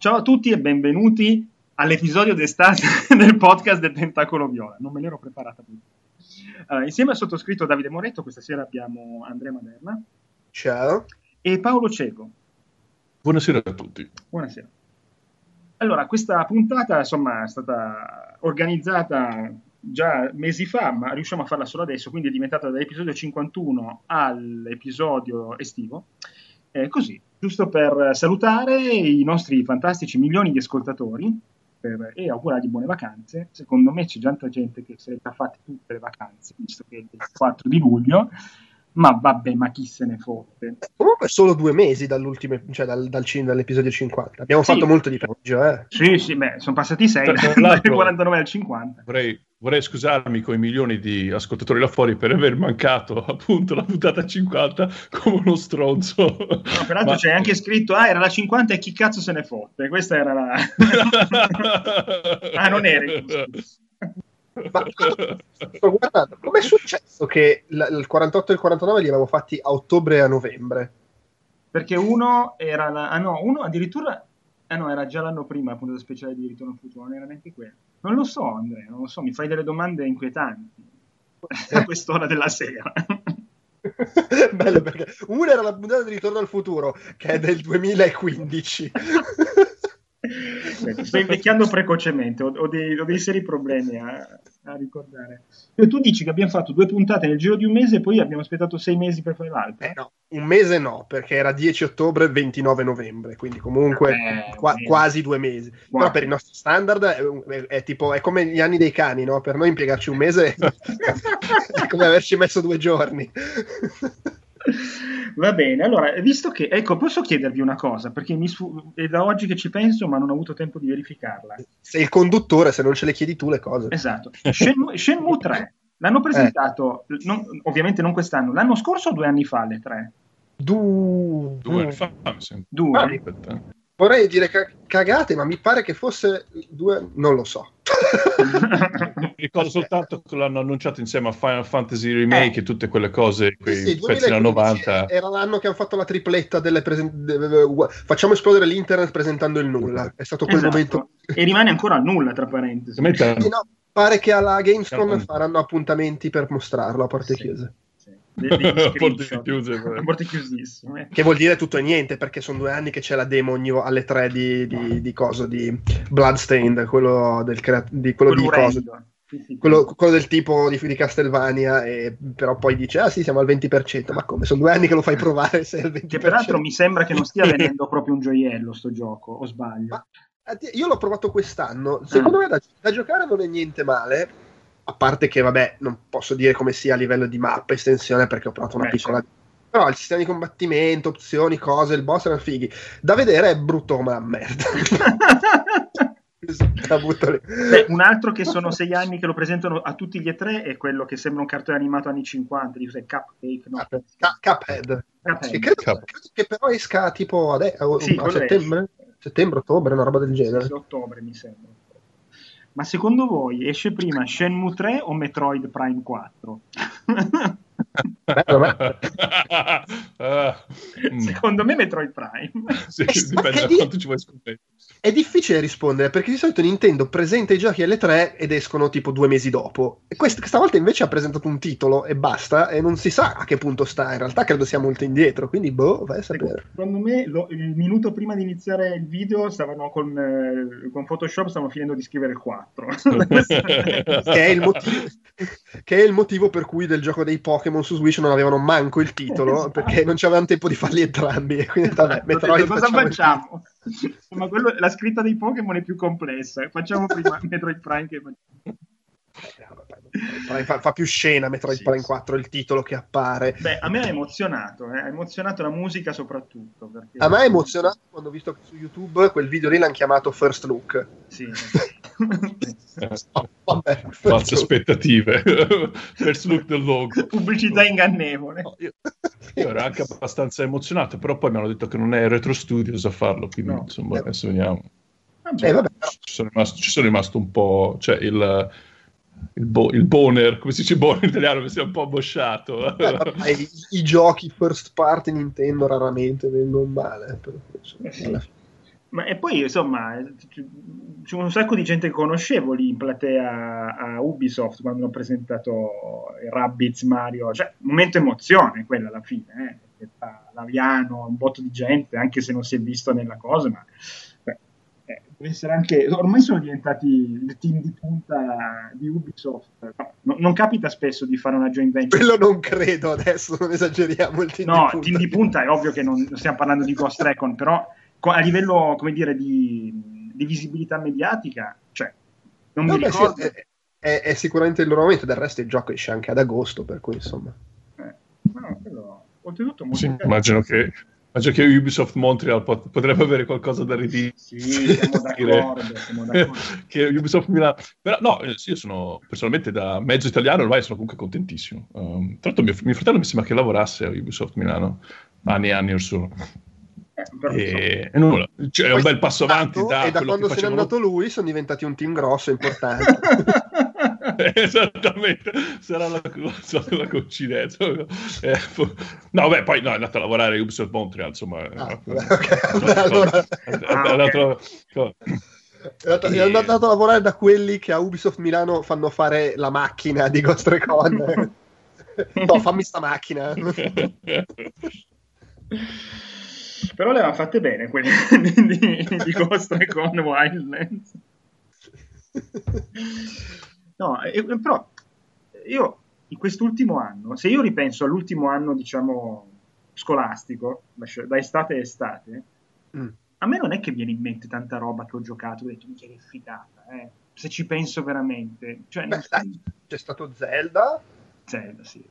Ciao a tutti e benvenuti all'episodio d'estate del podcast del Tentacolo Viola. Non me l'ero preparata più. Insieme al sottoscritto Davide Moretto, questa sera abbiamo Andrea Maderna. Ciao. E Paolo Cieco. Buonasera a tutti. Buonasera. Allora, questa puntata, insomma, è stata organizzata già mesi fa, ma riusciamo a farla solo adesso, quindi è diventata dall'episodio 51 all'episodio estivo. Così, giusto per salutare i nostri fantastici milioni di ascoltatori e augurargli buone vacanze. Secondo me c'è tanta gente che se le ha fatte tutte le vacanze, visto che è il 4 di luglio, ma vabbè, ma chi se ne fotte. Comunque solo 2 mesi dall'ultimo, cioè dall'episodio 50. Abbiamo fatto molto di peggio, Sì, beh, sono passati 6, dal 49 al 50. Vorrei scusarmi con i milioni di ascoltatori là fuori per aver mancato appunto la puntata 50 come uno stronzo. No, peraltro c'è anche scritto, era la 50 e chi cazzo se ne fotte. Questa era la... non era Ma sto guardando, com'è successo che il 48 e il 49 li avevamo fatti a ottobre e a novembre? Perché uno era uno addirittura era già l'anno prima la puntata speciale di Ritorno al Futuro, non era neanche quello. Non lo so, Andrea, non lo so, mi fai delle domande inquietanti a quest'ora della sera. Bello, perché una era la puntata di Ritorno al Futuro, che è del 2015. Sto invecchiando precocemente, ho dei seri problemi a ricordare. Tu dici che abbiamo fatto 2 puntate nel giro di un mese e poi abbiamo aspettato 6 mesi per fare l'altra? No, un mese no, perché era 10 ottobre e 29 novembre, quindi comunque quasi 2 mesi. Quasi. Però per i nostri standard è come gli anni dei cani, no? Per noi impiegarci un mese è come averci messo 2 giorni. Va bene, allora, visto che, ecco, posso chiedervi una cosa, perché è da oggi che ci penso, ma non ho avuto tempo di verificarla. Sei il conduttore, se non ce le chiedi tu le cose. Esatto. Shenmue 3, l'hanno presentato, ovviamente non quest'anno, l'anno scorso o 2 anni fa, le 3? 2 anni fa, mi sembra. 2? Vorrei dire cagate, ma mi pare che fosse 2, non lo so. Ricordo soltanto che l'hanno annunciato insieme a Final Fantasy Remake e tutte quelle cose, quei pezzi da 90. Era l'anno che hanno fatto la tripletta delle facciamo esplodere l'internet presentando il nulla. È stato quel momento. E rimane ancora al nulla, tra parentesi. No, pare che alla Gamescom faranno appuntamenti per mostrarlo a porte chiuse. Porte chiusissime. Che vuol dire tutto e niente, perché sono 2 anni che c'è la demo alle 3 di Bloodstained, quello di coso. Sì. Quello del tipo di Castlevania, però poi dice sì, siamo al 20%, ma come? Sono 2 anni che lo fai provare, sei al 20%. Che peraltro mi sembra che non stia venendo proprio un gioiello sto gioco, o sbaglio? Ma, io l'ho provato quest'anno, secondo me da giocare non è niente male. A parte che, vabbè, non posso dire come sia a livello di mappa, estensione, perché ho provato una piccola... Certo. Però il sistema di combattimento, opzioni, cose, il boss erano fighi. Da vedere è brutto come una merda. Beh, un altro che sono 6 anni che lo presentano a tutti gli E3 è quello che sembra un cartone animato anni 50, di Cupcake, no? Cuphead. Credo che però esca tipo a settembre, ottobre, una roba del genere. Sì, ottobre mi sembra. Ma secondo voi esce prima Shenmue 3 o Metroid Prime 4? Secondo me Metroid Prime. Sì, dipende da quanto ci vuoi scommettere. È difficile rispondere, perché di solito Nintendo presenta i giochi alle 3 ed escono tipo 2 mesi dopo. E questa volta invece ha presentato un titolo e basta, e non si sa a che punto sta. In realtà credo sia molto indietro, quindi vai a sapere. Secondo me il minuto prima di iniziare il video stavano con Photoshop stavano finendo di scrivere il 4. che è il motivo per cui del gioco dei Pokémon su Switch non avevano manco il titolo, esatto. Perché non c'avevano tempo di farli entrambi. E quindi vabbè, Metroid cosa facciamo? Ma la scritta dei Pokémon è più complessa. Facciamo prima Metroid Prime che fa più scena Metroid Prime 4 il titolo che appare. Beh, a me ha emozionato la musica soprattutto perché... A me ha emozionato quando ho visto che su YouTube quel video lì l'hanno chiamato First Look. Sì. False aspettative. First Look del logo, pubblicità ingannevole. Io ero anche abbastanza emozionato, però poi mi hanno detto che non è Retro Studios a farlo, quindi insomma adesso vediamo. Vabbè. Ci sono rimasto un po', cioè il boner, come si dice boner in italiano, mi si è un po' abbosciato. I giochi first party Nintendo raramente vengono male. E poi, insomma, c'è un sacco di gente che conoscevo lì in platea a Ubisoft quando hanno presentato i Rabbids Mario. Cioè, un momento emozione quella alla fine, perché Laviano, un botto di gente, anche se non si è visto nella cosa, ma deve essere anche... Ormai sono diventati il team di punta di Ubisoft. Non capita spesso di fare una joint venture. Quello non credo, adesso non esageriamo il team di punta. No, team di punta è ovvio che non stiamo parlando di Ghost Recon, però a livello, come dire, di visibilità mediatica, cioè, non mi ricordo... Sì, è sicuramente il loro momento, del resto il gioco esce anche ad agosto, per cui insomma... No, quello, oltretutto molto sì, immagino che Ubisoft Montreal potrebbe avere qualcosa da ridire. Sì, siamo d'accordo. Che Ubisoft Milano... Però no, io sono personalmente da mezzo italiano ormai sono comunque contentissimo. Tra l'altro mio fratello mi sembra che lavorasse a Ubisoft Milano anni e anni or sono. E nulla, cioè, è un bel passo avanti e da quando se n'è andato lui sono diventati un team grosso e importante. Esattamente, sarà la coincidenza. No, beh, poi no, è andato a lavorare a Ubisoft Montreal, insomma. È andato a lavorare da quelli che a Ubisoft Milano fanno fare la macchina di Ghost Recon. No, fammi sta macchina. Però le avevano fatte bene quelle di Ghost Recon Wildlands. No, però io in quest'ultimo anno, se io ripenso all'ultimo anno, diciamo, scolastico, da estate a estate, a me non è che viene in mente tanta roba che ho giocato, ho detto, che figata, se ci penso veramente. Cioè, c'è stato Zelda, sì.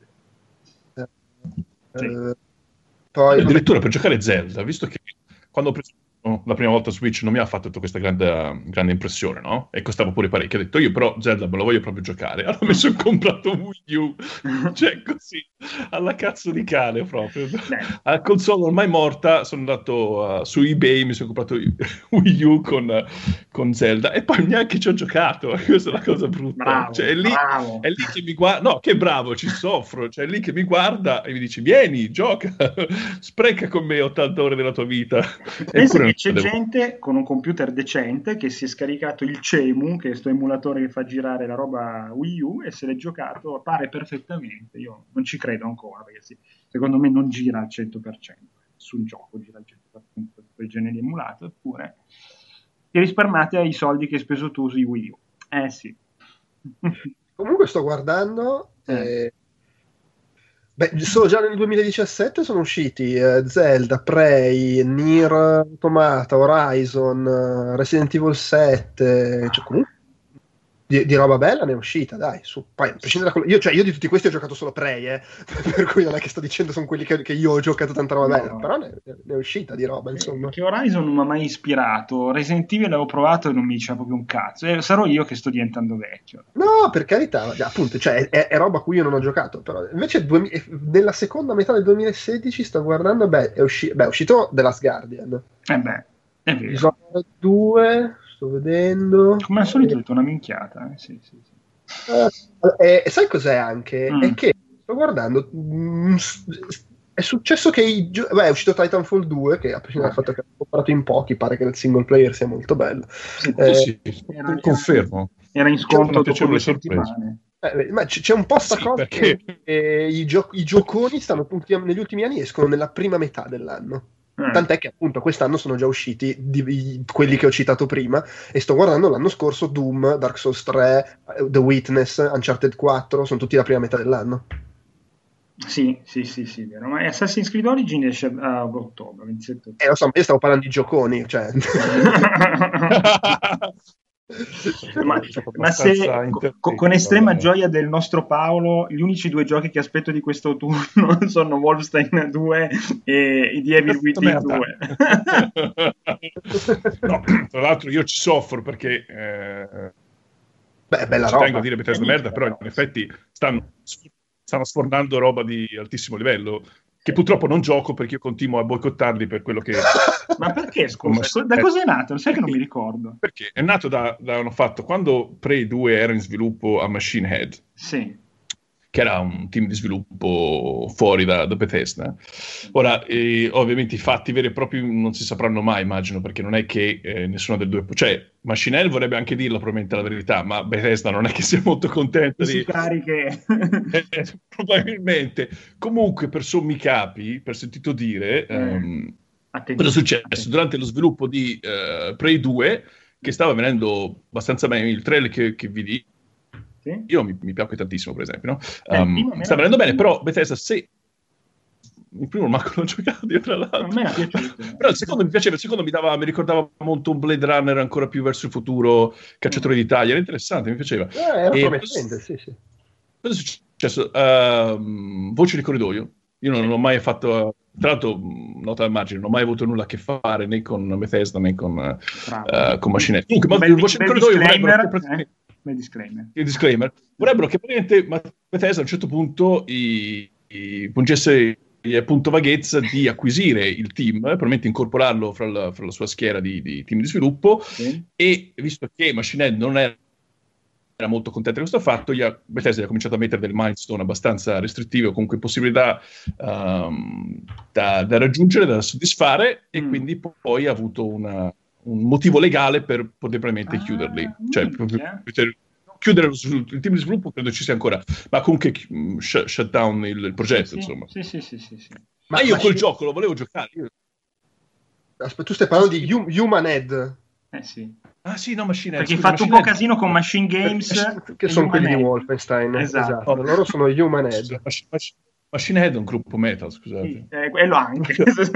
Poi addirittura per giocare Zelda, visto che quando ho preso la prima volta Switch non mi ha fatto tutta questa grande impressione, no? E costava pure parecchio. Ho detto io però Zelda me lo voglio proprio giocare. Allora mi sono comprato Wii U, cioè così, alla cazzo di cane proprio. A console ormai morta sono andato su eBay, mi sono comprato Wii U con Zelda e poi neanche ci ho giocato. Questa è la cosa brutta. Bravo, cioè, è lì che mi guarda, no, che bravo, ci soffro. Cioè è lì che mi guarda e mi dice vieni, gioca, spreca con me 80 ore della tua vita. Pensa che c'è gente con un computer decente che si è scaricato il Cemu, che è questo emulatore che fa girare la roba Wii U, e se l'è giocato, pare perfettamente. Io non ci credo ancora, perché secondo me non gira al 100%. Sul gioco gira al 100% per il genere emulato, eppure ti risparmiate i soldi che hai speso tu sui Wii U. Sì. Comunque sto guardando... solo già nel 2017 sono usciti Zelda, Prey, Nier Automata, Horizon, Resident Evil 7, cioè comunque di roba bella ne è uscita, dai, su. Poi, a prescindere da quello, io di tutti questi ho giocato solo Prey, per cui non è che sto dicendo sono quelli che io ho giocato tanta roba bella, però ne è uscita di roba, insomma. Che Horizon non mi ha mai ispirato, Resident Evil l'avevo provato e non mi diceva proprio un cazzo, sarò io che sto diventando vecchio. No, per carità, appunto, cioè è roba a cui io non ho giocato, però invece nella seconda metà del 2016 sto guardando, è uscito The Last Guardian. È vero. Dishonored 2, sto vedendo. Come al solito ho detto una minchiata, sì. Sai cos'è anche? È che sto guardando, è successo che è uscito Titanfall 2, che a prescindere dal fatto che l'ho comprato in pochi, pare che il single player sia molto bello. Sì, confermo. Era in sconto dopo 2 settimane. Ma c'è un po' sta cosa perché i gioconi stanno negli ultimi anni escono nella prima metà dell'anno. Tant'è che appunto quest'anno sono già usciti quelli che ho citato prima e sto guardando l'anno scorso Doom, Dark Souls 3, The Witness, Uncharted 4, sono tutti la prima metà dell'anno. Sì, vero. Ma Assassin's Creed Origins esce a ottobre, 27 ottobre. Lo so, io stavo parlando di gioconi, cioè... ma se con estrema gioia del nostro Paolo, gli unici 2 giochi che aspetto di questo autunno sono Wolfenstein 2 e The Evil Within 2. No, tra l'altro io ci soffro perché bella ci roba. tengo a dire Bethesda merda, però in effetti stanno sfornando roba di altissimo livello che purtroppo non gioco perché io continuo a boicottarli per quello che... Ma perché, scusa? Da cosa è nato? Sai che non mi ricordo. Perché è nato da hanno fatto, quando Prey 2 era in sviluppo a Machine Head. Sì. che era un team di sviluppo fuori da Bethesda. Ora, ovviamente i fatti veri e propri non si sapranno mai, immagino, perché non è che nessuno delle due... Cioè, Machinelle vorrebbe anche dirlo, probabilmente la verità, ma Bethesda non è che sia molto contenta di... Cariche. Probabilmente. Comunque, per sommi capi, per sentito dire... cosa è successo? Durante lo sviluppo di Prey 2, che stava venendo abbastanza bene, il trailer che vidi, sì? Io mi piace tantissimo, per esempio, no? Sta venendo bene, però Bethesda, se... Il primo manco l'ho giocato io, tra l'altro. A me è piaciuto. Però il secondo mi piaceva, il secondo mi ricordava molto un Blade Runner ancora più verso il futuro, Cacciatore d'Italia, era interessante, mi piaceva. Era promettente, sì. Cosa è successo? Voce di corridoio. Io non ho mai fatto... Tra l'altro, nota al margine, non ho mai avuto nulla a che fare né con Bethesda né con Machinette. Comunque, voce di corridoio vorrebbero... disclaimer. Vorrebbero che praticamente Bethesda a un certo punto pungesse appunto vaghezza di acquisire il team, probabilmente incorporarlo fra la sua schiera di team di sviluppo, sì. E visto che Machinette non era molto contenta di questo fatto, Bethesda ha cominciato a mettere delle milestone abbastanza restrittive o comunque possibilità da raggiungere, da soddisfare, e quindi poi ha avuto un motivo legale per poter probabilmente chiuderli. Cioè, chiudere il team di sviluppo credo ci sia ancora, ma comunque shut down il progetto, sì, insomma. Sì. Ma io quel gioco lo volevo giocare. Aspetta, tu stai parlando di Human Head? Sì. Ah sì, no, Machine Head. Perché hai fatto un po' casino con Machine Games. Che sono quelli di Wolfenstein. Esatto. Loro sono Human Head. Machine Head è un gruppo metal, scusate. Sì, quello anche.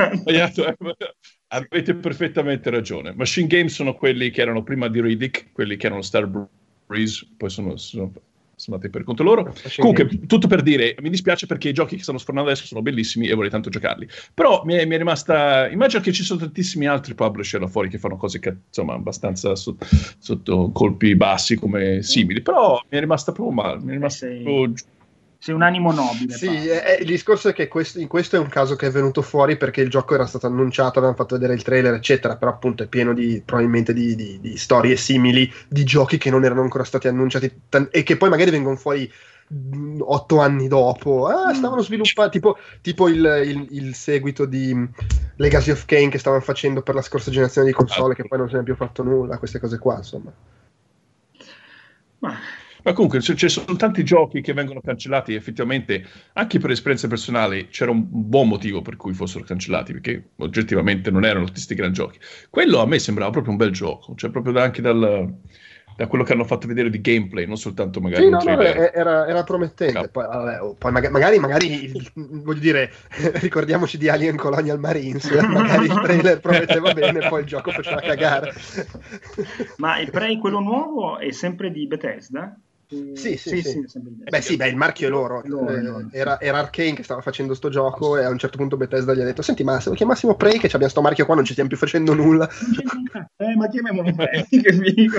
Avete perfettamente ragione. Machine Games sono quelli che erano prima di Riddick, quelli che erano Starbreeze, poi sono andati per conto loro. Comunque, tutto per dire, mi dispiace perché i giochi che stanno sfornando adesso sono bellissimi e vorrei tanto giocarli. Però mi è rimasta... Immagino che ci sono tantissimi altri publisher là fuori che fanno cose che, insomma, abbastanza sotto colpi bassi come simili. Però mi è rimasta proprio male. Mi è rimasta proprio... Sei un animo nobile. Sì, il discorso è che in questo è un caso che è venuto fuori perché il gioco era stato annunciato, avevano fatto vedere il trailer, eccetera, però appunto è pieno probabilmente di storie simili, di giochi che non erano ancora stati annunciati e che poi magari vengono fuori 8 anni dopo. Stavano sviluppando tipo il seguito di Legacy of Kain che stavano facendo per la scorsa generazione di console, che poi non se ne è più fatto nulla, queste cose qua, insomma. Ma comunque ci sono tanti giochi che vengono cancellati, effettivamente anche per esperienze personali c'era un buon motivo per cui fossero cancellati, perché oggettivamente non erano tutti questi gran giochi. Quello a me sembrava proprio un bel gioco, cioè proprio anche da quello che hanno fatto vedere di gameplay, non soltanto magari un trailer. Era promettente. Poi magari voglio dire, ricordiamoci di Alien Colonial Marines, magari il trailer prometteva bene, poi il gioco faceva cagare. Ma il Prey, quello nuovo, è sempre di Bethesda? Sì. Il marchio è loro. Era Arcane che stava facendo sto gioco e a un certo punto Bethesda gli ha detto: senti, ma se lo chiamassimo Prey, che abbiamo sto marchio qua, non ci stiamo più facendo nulla. Ma chiamiamolo Prey, che figo.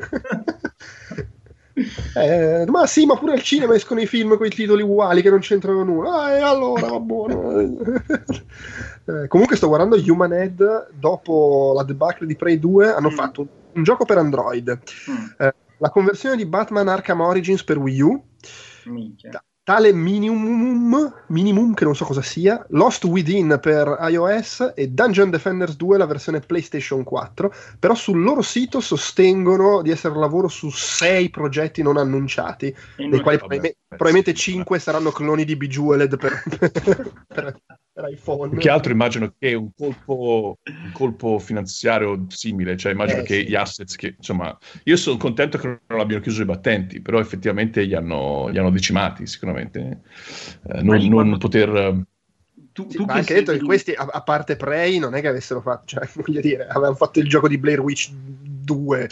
Ma sì, ma pure al cinema escono i film con i titoli uguali che non c'entrano nulla. E allora va buono. Comunque sto guardando Human Head. Dopo la debacle di Prey 2 hanno fatto un gioco per Android, la conversione di Batman Arkham Origins per Wii U, tale minimum che non so cosa sia, Lost Within per iOS e Dungeon Defenders 2 la versione PlayStation 4, però sul loro sito sostengono di essere al lavoro su 6 progetti non annunciati, dei quali probabilmente 5 saranno cloni di Bejeweled per iPhone. Che altro immagino che un colpo finanziario simile, cioè immagino che gli assets che, insomma, io sono contento che non abbiano chiuso i battenti, però effettivamente li hanno decimati sicuramente. Non poter... Tu ma anche detto che questi, a parte Prey, non è che avessero fatto, cioè, voglio dire, avevano fatto il gioco di Blair Witch 2.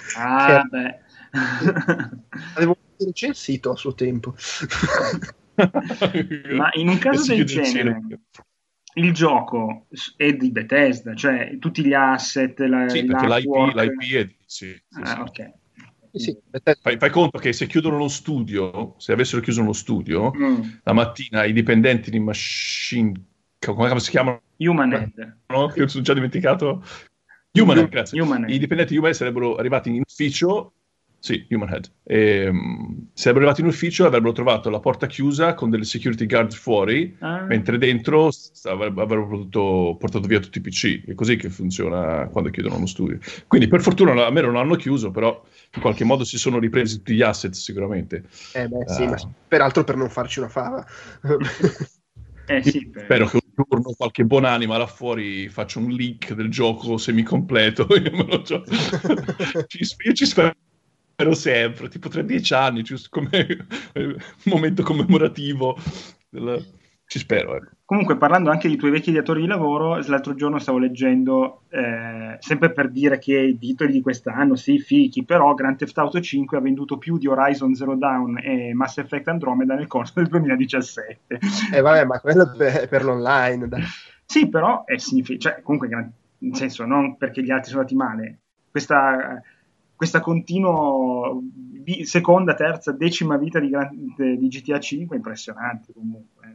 Avevo recensito a suo tempo. Ma in un caso del genere, il gioco è di Bethesda, cioè tutti gli asset, perché l'IP è sì. Ok. Sì. Fai conto che se chiudono lo studio, se avessero chiuso uno studio, la mattina i dipendenti di Machine, come si chiamano? Human Head. No? Che sono già dimenticato. Human Head, grazie. I dipendenti di Human Head sarebbero arrivati in ufficio Sì, Human Head. E, sarebbero arrivati in ufficio, avrebbero trovato la porta chiusa con delle security guard fuori, mentre dentro avrebbero portato via tutti i PC. È così che funziona quando chiudono uno studio. Quindi per fortuna a me non hanno chiuso, però in qualche modo si sono ripresi tutti gli asset sicuramente. Sì, ma peraltro per non farci una fava. Sì, spero che un giorno qualche buonanima là fuori faccia un leak del gioco semicompleto. Io ci spero sempre, tipo tra 10 anni, giusto come momento commemorativo. Ci spero, ecco. Comunque, parlando anche di tuoi vecchi datori di lavoro, l'altro giorno stavo leggendo, sempre per dire che i titoli di quest'anno, sì, fichi, però Grand Theft Auto 5 ha venduto più di Horizon Zero Dawn e Mass Effect Andromeda nel corso del 2017. Vabbè, ma quello è per l'online. Dai. Sì, però è significativo, cioè, comunque, nel senso, non perché gli altri sono andati male, questa continua seconda, terza, decima vita di GTA 5 è impressionante comunque.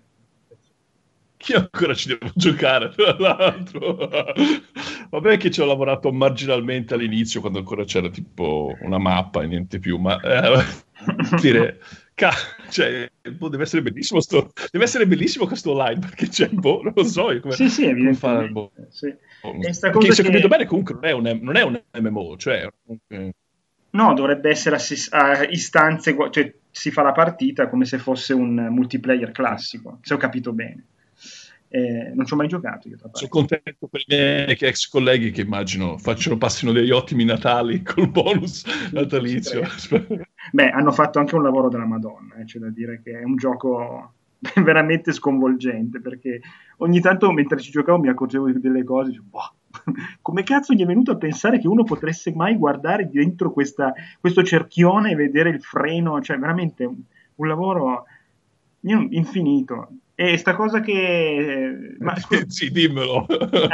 Io ancora ci devo giocare, tra l'altro. Vabbè che ci ho lavorato marginalmente all'inizio, quando ancora c'era tipo una mappa e niente più, ma dire, cioè, deve essere bellissimo questo online, perché c'è, non lo so. Sì, evidentemente. Sì. Perché se ho capito bene, comunque non è un MMO, cioè... No, dovrebbe essere a istanze, cioè si fa la partita come se fosse un multiplayer classico, se ho capito bene. Non ci ho mai giocato io. Sono contento per i miei ex colleghi che immagino passino degli ottimi Natali col bonus natalizio. Beh, hanno fatto anche un lavoro della Madonna, c'è da dire che è un gioco veramente sconvolgente, perché ogni tanto mentre ci giocavo mi accorgevo di delle cose, dicevo, boh, come cazzo gli è venuto a pensare che uno potesse mai guardare dentro questo cerchione e vedere il freno, cioè veramente un lavoro infinito. E sta cosa che... Sì, dimmelo.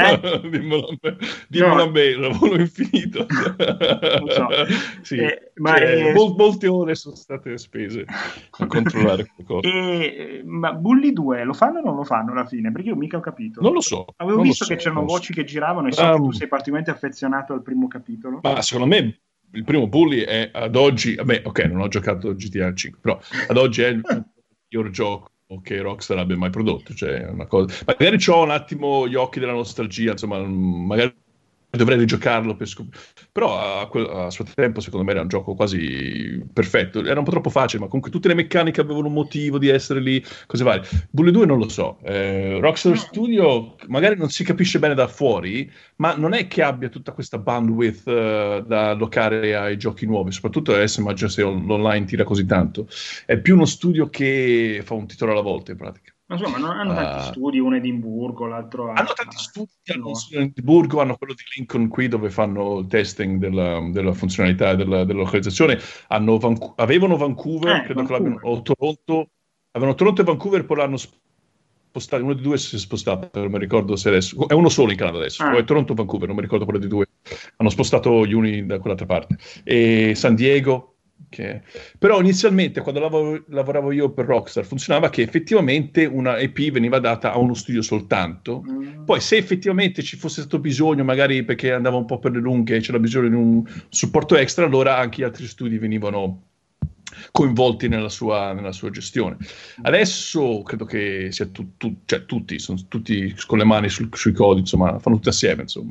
Dimmelo No. a me, il lavoro infinito. Non so. Sì, molte ore sono state spese a controllare qualcosa. Ma Bully 2 lo fanno o non lo fanno alla fine? Perché io mica ho capito. Non lo so. Avevo visto che c'erano voci che giravano e so che tu sei particolarmente affezionato al primo capitolo. Ma secondo me il primo Bully è ad oggi... Vabbè, ok, non ho giocato GTA 5, però ad oggi è il miglior gioco che Rockstar abbia mai prodotto, cioè una cosa. Magari c'ho un attimo gli occhi della nostalgia, insomma, magari dovrei rigiocarlo però a suo tempo secondo me era un gioco quasi perfetto, era un po' troppo facile, ma comunque tutte le meccaniche avevano un motivo di essere lì, cose varie. Bully 2 non lo so, Rockstar Studio magari non si capisce bene da fuori, ma non è che abbia tutta questa bandwidth da allocare ai giochi nuovi, soprattutto adesso immagino se l'online tira così tanto, è più uno studio che fa un titolo alla volta in pratica. Ma insomma, non hanno tanti studi, uno a Edimburgo, l'altro hanno tanti studi, hanno Edimburgo, hanno quello di Lincoln qui dove fanno il testing della funzionalità e della localizzazione, avevano Vancouver, credo che l'abbiano, o Toronto, avevano Toronto e Vancouver, poi l'hanno spostato, uno di due si è spostato, non mi ricordo se adesso, è uno solo in Canada adesso, o è Toronto o Vancouver, non mi ricordo quello di due, hanno spostato gli uni da quell'altra parte, e San Diego. Però inizialmente quando lavoravo io per Rockstar funzionava che effettivamente una EP veniva data a uno studio soltanto, poi se effettivamente ci fosse stato bisogno, magari perché andava un po' per le lunghe e c'era bisogno di un supporto extra, allora anche gli altri studi venivano coinvolti nella sua gestione. Adesso credo che sia cioè tutti sono tutti con le mani sui codi, insomma, fanno tutti assieme, insomma.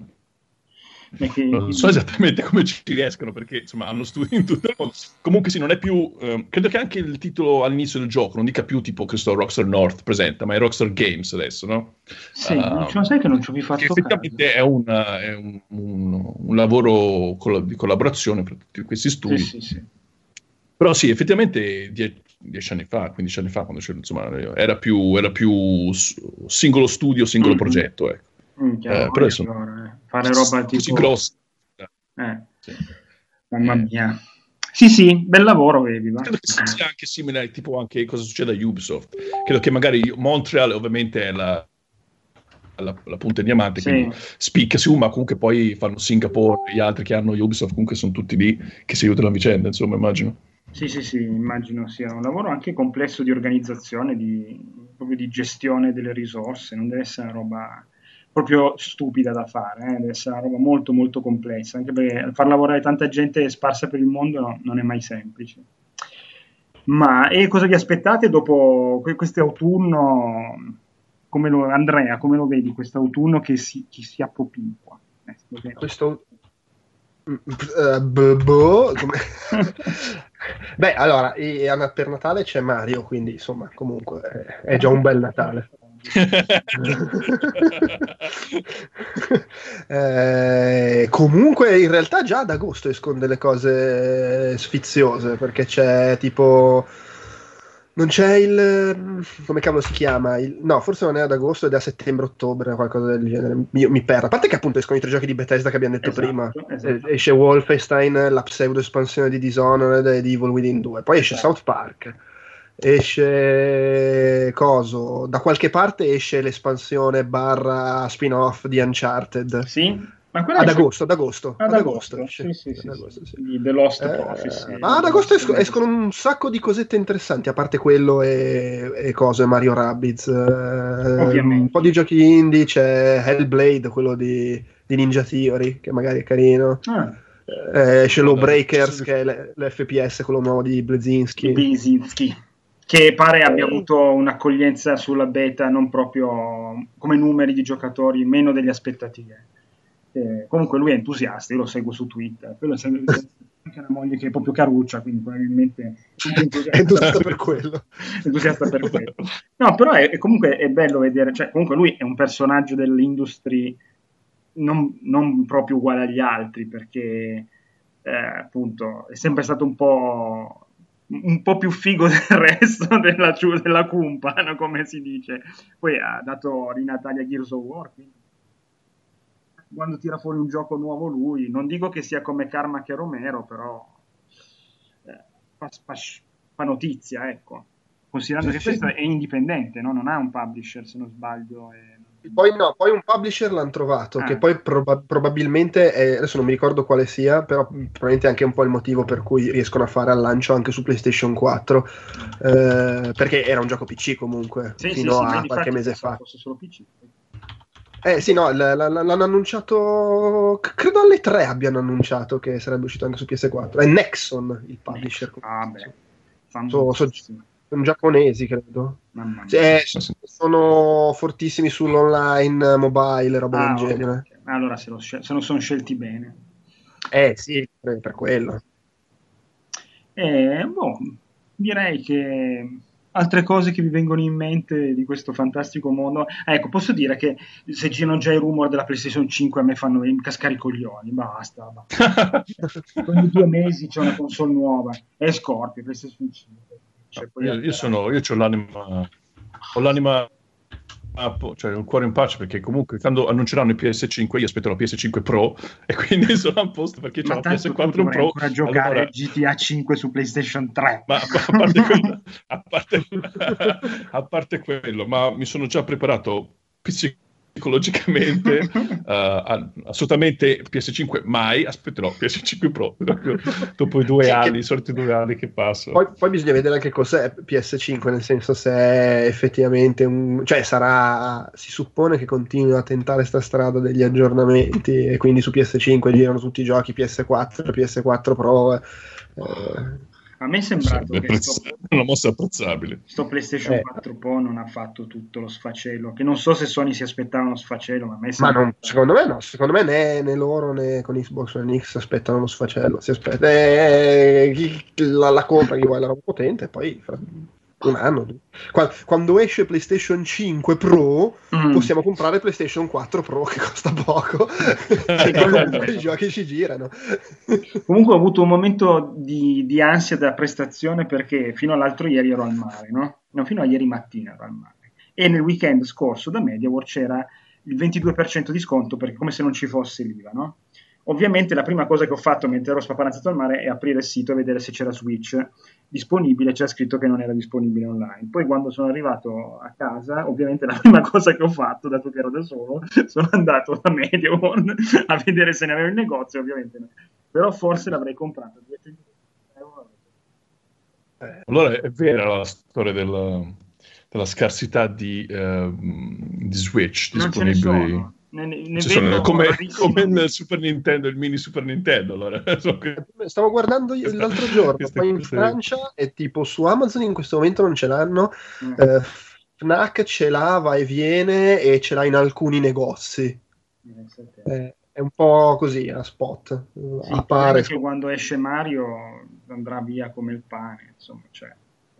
Non so esattamente come ci riescono, perché insomma hanno studi in tutto il mondo. Comunque sì, non è più credo che anche il titolo all'inizio del gioco non dica più tipo questo Rockstar North presenta, ma è Rockstar Games adesso, no? Sì, sai che non ci ho fatto caso. Effettivamente è un lavoro di collaborazione tra tutti questi studi. Sì. Però sì, effettivamente 10 anni fa, 15 anni fa, quando c'era, insomma, era più singolo studio, singolo progetto, ecco. Però fare roba tipo grossa. Sì. Mamma mia. Sì, bel lavoro, vedi. Credo che sia anche simile, tipo anche cosa succede a Ubisoft. Credo che magari Montreal ovviamente è la punta di diamante, quindi spicca su, ma comunque poi fanno Singapore, gli altri che hanno Ubisoft comunque sono tutti lì che si aiutano a vicenda, insomma, immagino. Sì, immagino sia un lavoro anche complesso di organizzazione, proprio di gestione delle risorse, non deve essere una roba proprio stupida da fare, deve essere una roba molto molto complessa, anche perché far lavorare tanta gente sparsa per il mondo non è mai semplice. E cosa vi aspettate dopo quest'autunno? Andrea, come lo vedi quest'autunno che si appopinqua? Questo Beh, allora, per Natale c'è Mario, quindi insomma, comunque è già un bel Natale. Comunque in realtà già ad agosto escono delle cose sfiziose, perché c'è tipo non c'è come cavolo si chiama? No, forse non è ad agosto ed è a settembre-ottobre, qualcosa del genere. Io mi perdo. A parte che appunto escono i 3 giochi di Bethesda che abbiamo detto prima. Esatto. Esce Wolfenstein, la pseudo espansione di Dishonored e di Evil Within 2. Poi esce South Park. Esce coso. Da qualche parte esce l'espansione / spin-off di Uncharted. Sì? Ad agosto. Sì. Di The Lost Prophecy. Ma ad agosto escono un sacco di cosette interessanti, a parte quello e cose, Mario Rabbids, un po' di giochi indie, c'è Hellblade, quello di Ninja Theory, che magari è carino. C'è Lawbreakers, che è l'FPS, quello nuovo di Blesinski. Che pare abbia avuto un'accoglienza sulla beta non proprio come numeri di giocatori, meno delle aspettative. Comunque lui è entusiasta, io lo seguo su Twitter, quello è anche una moglie che è proprio caruccia, quindi probabilmente è entusiasta per quello. No, però comunque è bello vedere, cioè comunque lui è un personaggio dell'industry non proprio uguale agli altri, perché appunto è sempre stato un po' più figo del resto della cumpa, no? Come si dice. Poi ha dato Rinatalia Gears of War, quindi quando tira fuori un gioco nuovo lui, non dico che sia come Carmack e Romero, però fa notizia, ecco, considerando che questo è indipendente, no? Non ha un publisher, se non sbaglio. Poi un publisher l'hanno trovato, che poi probabilmente adesso non mi ricordo quale sia, però probabilmente è anche un po' il motivo per cui riescono a fare al lancio anche su PlayStation 4, perché era un gioco PC comunque, fino a qualche mese fa. Fosse solo PC. Sì, no, l'hanno annunciato, credo alle 3 abbiano annunciato che sarebbe uscito anche su PS4. È Nexon il publisher. Sono giapponesi, credo. Sono fortissimi sull'online, mobile, roba del genere. Okay. Allora se non sono scelti bene. Sì, per quello. Direi che altre cose che vi vengono in mente di questo fantastico mondo. Ecco, posso dire che se girano già i rumor della PlayStation 5 a me fanno cascare i coglioni, basta. Ogni 2 mesi c'è una console nuova, è Scorpio, PlayStation 5. Io ho l'anima cioè un cuore in pace, perché comunque quando annunceranno il PS5 io aspetterò il PS5 Pro e quindi sono a posto, perché c'è la PS4 Pro ancora giocare GTA 5 su PlayStation 3. Ma a parte quello, ma mi sono già preparato psicologicamente assolutamente PS5 mai, aspetterò PS5 Pro dopo i soliti 2 anni che passano. Poi bisogna vedere anche cos'è PS5, nel senso se è effettivamente cioè si suppone che continui a tentare sta strada degli aggiornamenti e quindi su PS5 girano tutti i giochi PS4 Pro. A me è sembrato che una mossa apprezzabile. Sto PlayStation 4 Pro non ha fatto tutto lo sfacelo, che non so se Sony si aspettavano lo sfacelo, ma a me sembra... secondo me né loro né con Xbox One X aspettano lo sfacelo, si aspetta la compra chi vuole la roba potente e poi fra un anno quando esce PlayStation 5 Pro possiamo comprare PlayStation 4 Pro che costa poco e i giochi ci girano. Comunque ho avuto un momento di ansia da prestazione, perché fino all'altro ieri ero al mare, no, fino a ieri mattina ero al mare, e nel weekend scorso da MediaWorld c'era il 22% di sconto, perché come se non ci fosse l'IVA, no? Ovviamente la prima cosa che ho fatto mentre ero spaparanzato al mare è aprire il sito e vedere se c'era Switch disponibile. C'era scritto che non era disponibile online. Poi quando sono arrivato a casa, ovviamente la prima cosa che ho fatto, dato che ero da solo, sono andato da MediaWorld a vedere se ne avevo in negozio, ovviamente no. Però forse l'avrei comprato. Allora è vera la storia della scarsità di Switch disponibili. ne Sono vedo come rarissimi. il Super Nintendo, il mini Super Nintendo. Allora. Stavo guardando l'altro giorno, poi in Francia e tipo su Amazon in questo momento non ce l'hanno. Fnac ce l'ha, va e viene, e ce l'ha in alcuni negozi. È un po' così a spot. Sì, appare che quando esce Mario andrà via come il pane, insomma, cioè,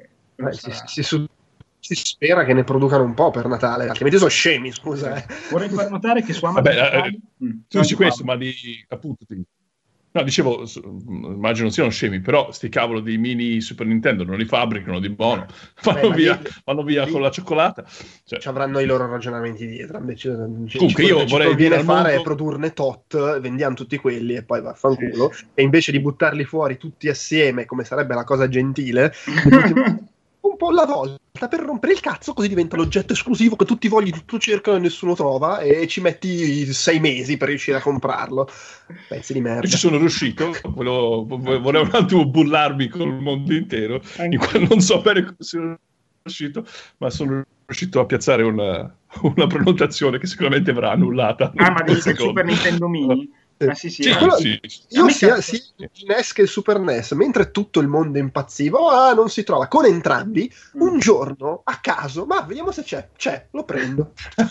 si spera che ne producano un po' per Natale, altrimenti sono scemi, scusa. Vorrei far notare che su Amazon tu dici questo, ma appunto no, dicevo, immagino siano scemi, però sti cavolo di mini Super Nintendo non li fabbricano di buono, vanno via con la cioccolata. Cioè. Ci avranno i loro ragionamenti dietro. Comunque io vorrei conviene fare è produrne tot, vendiamo tutti quelli e poi vaffanculo. Sì. E invece di buttarli fuori tutti assieme, come sarebbe la cosa gentile, un po' alla volta per rompere il cazzo, così diventa l'oggetto esclusivo che tutti vogliono, tutto cercano e nessuno trova, e ci metti 6 mesi per riuscire a comprarlo. Pezzi di merda. Io ci sono riuscito, volevo un attimo bullarmi col mondo intero, non so bene come sono riuscito, ma sono riuscito a piazzare una prenotazione che sicuramente verrà annullata. Ma di Super Nintendo Mini? Sì. Io sia il NES che il Super NES, mentre tutto il mondo impazziva, non si trova. Con entrambi, un giorno, a caso, ma vediamo se c'è, lo prendo.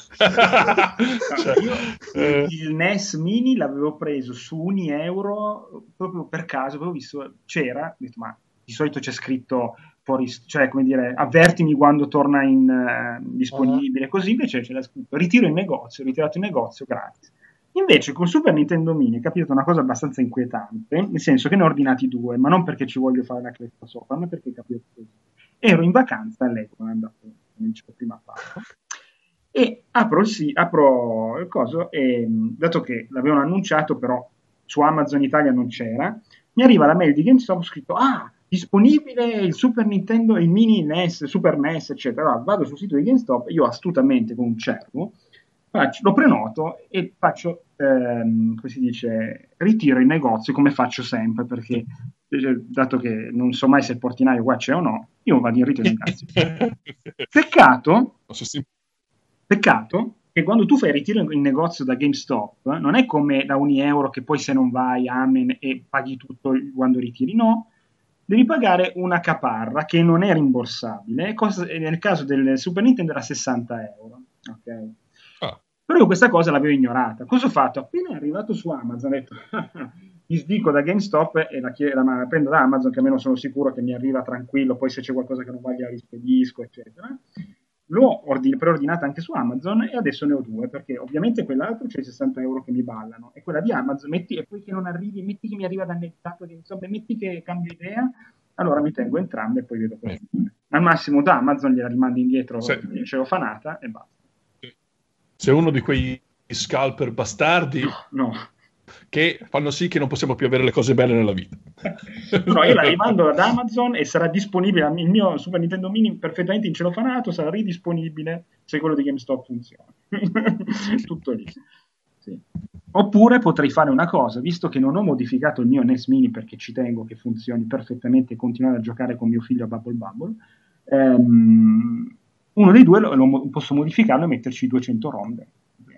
Io il NES Mini l'avevo preso su €1 proprio per caso, avevo visto, c'era, ho detto, ma di solito c'è scritto fuori, cioè come dire, avvertimi quando torna in disponibile, così invece c'era scritto ritirato in negozio, gratis. Invece col Super Nintendo Mini ho capito una cosa abbastanza inquietante, nel senso che ne ho ordinati 2, ma non perché ci voglio fare la cresta sopra, ma perché capito così. Ero in vacanza all'epoca, andato, come dicevo prima, e apro il coso e dato che l'avevano annunciato, però su Amazon Italia non c'era, mi arriva la mail di GameStop scritto disponibile il Super Nintendo, il Mini NES, Super NES, eccetera. Allora, vado sul sito di GameStop, io astutamente con un cervo lo prenoto e faccio, come si dice, ritiro in negozio come faccio sempre, perché dato che non so mai se il portinaio qua c'è o no, io vado in ritiro in negozio. Peccato che quando tu fai il ritiro in negozio da GameStop, non è come da €1 che poi se non vai, amen, e paghi tutto quando ritiri, no. Devi pagare una caparra che non è rimborsabile, nel caso del Super Nintendo era €60, ok? Però io questa cosa l'avevo ignorata. Cosa ho fatto? Appena è arrivato su Amazon, ho detto, mi sdico da GameStop e la prendo da Amazon, che almeno sono sicuro che mi arriva tranquillo, poi se c'è qualcosa che non va gliela rispedisco, eccetera. L'ho preordinata anche su Amazon e adesso ne ho 2, perché ovviamente quell'altro c'è i €60 che mi ballano, e quella di Amazon, e poi che non arrivi, metti che mi arriva danneggiato, insomma, metti che cambio idea, allora mi tengo entrambe e poi vedo cosa. Al massimo da Amazon gliela rimando indietro, cerofanata, e basta. Sei uno di quei scalper bastardi no. che fanno sì che non possiamo più avere le cose belle nella vita. No, io la rimando ad Amazon e sarà disponibile, il mio Super Nintendo Mini perfettamente incelofanato sarà ridisponibile se quello di GameStop funziona. Tutto lì. Sì. Oppure potrei fare una cosa, visto che non ho modificato il mio NES Mini perché ci tengo che funzioni perfettamente e continuare a giocare con mio figlio a Bubble Bubble, uno dei due posso modificarlo e metterci 200 ronde.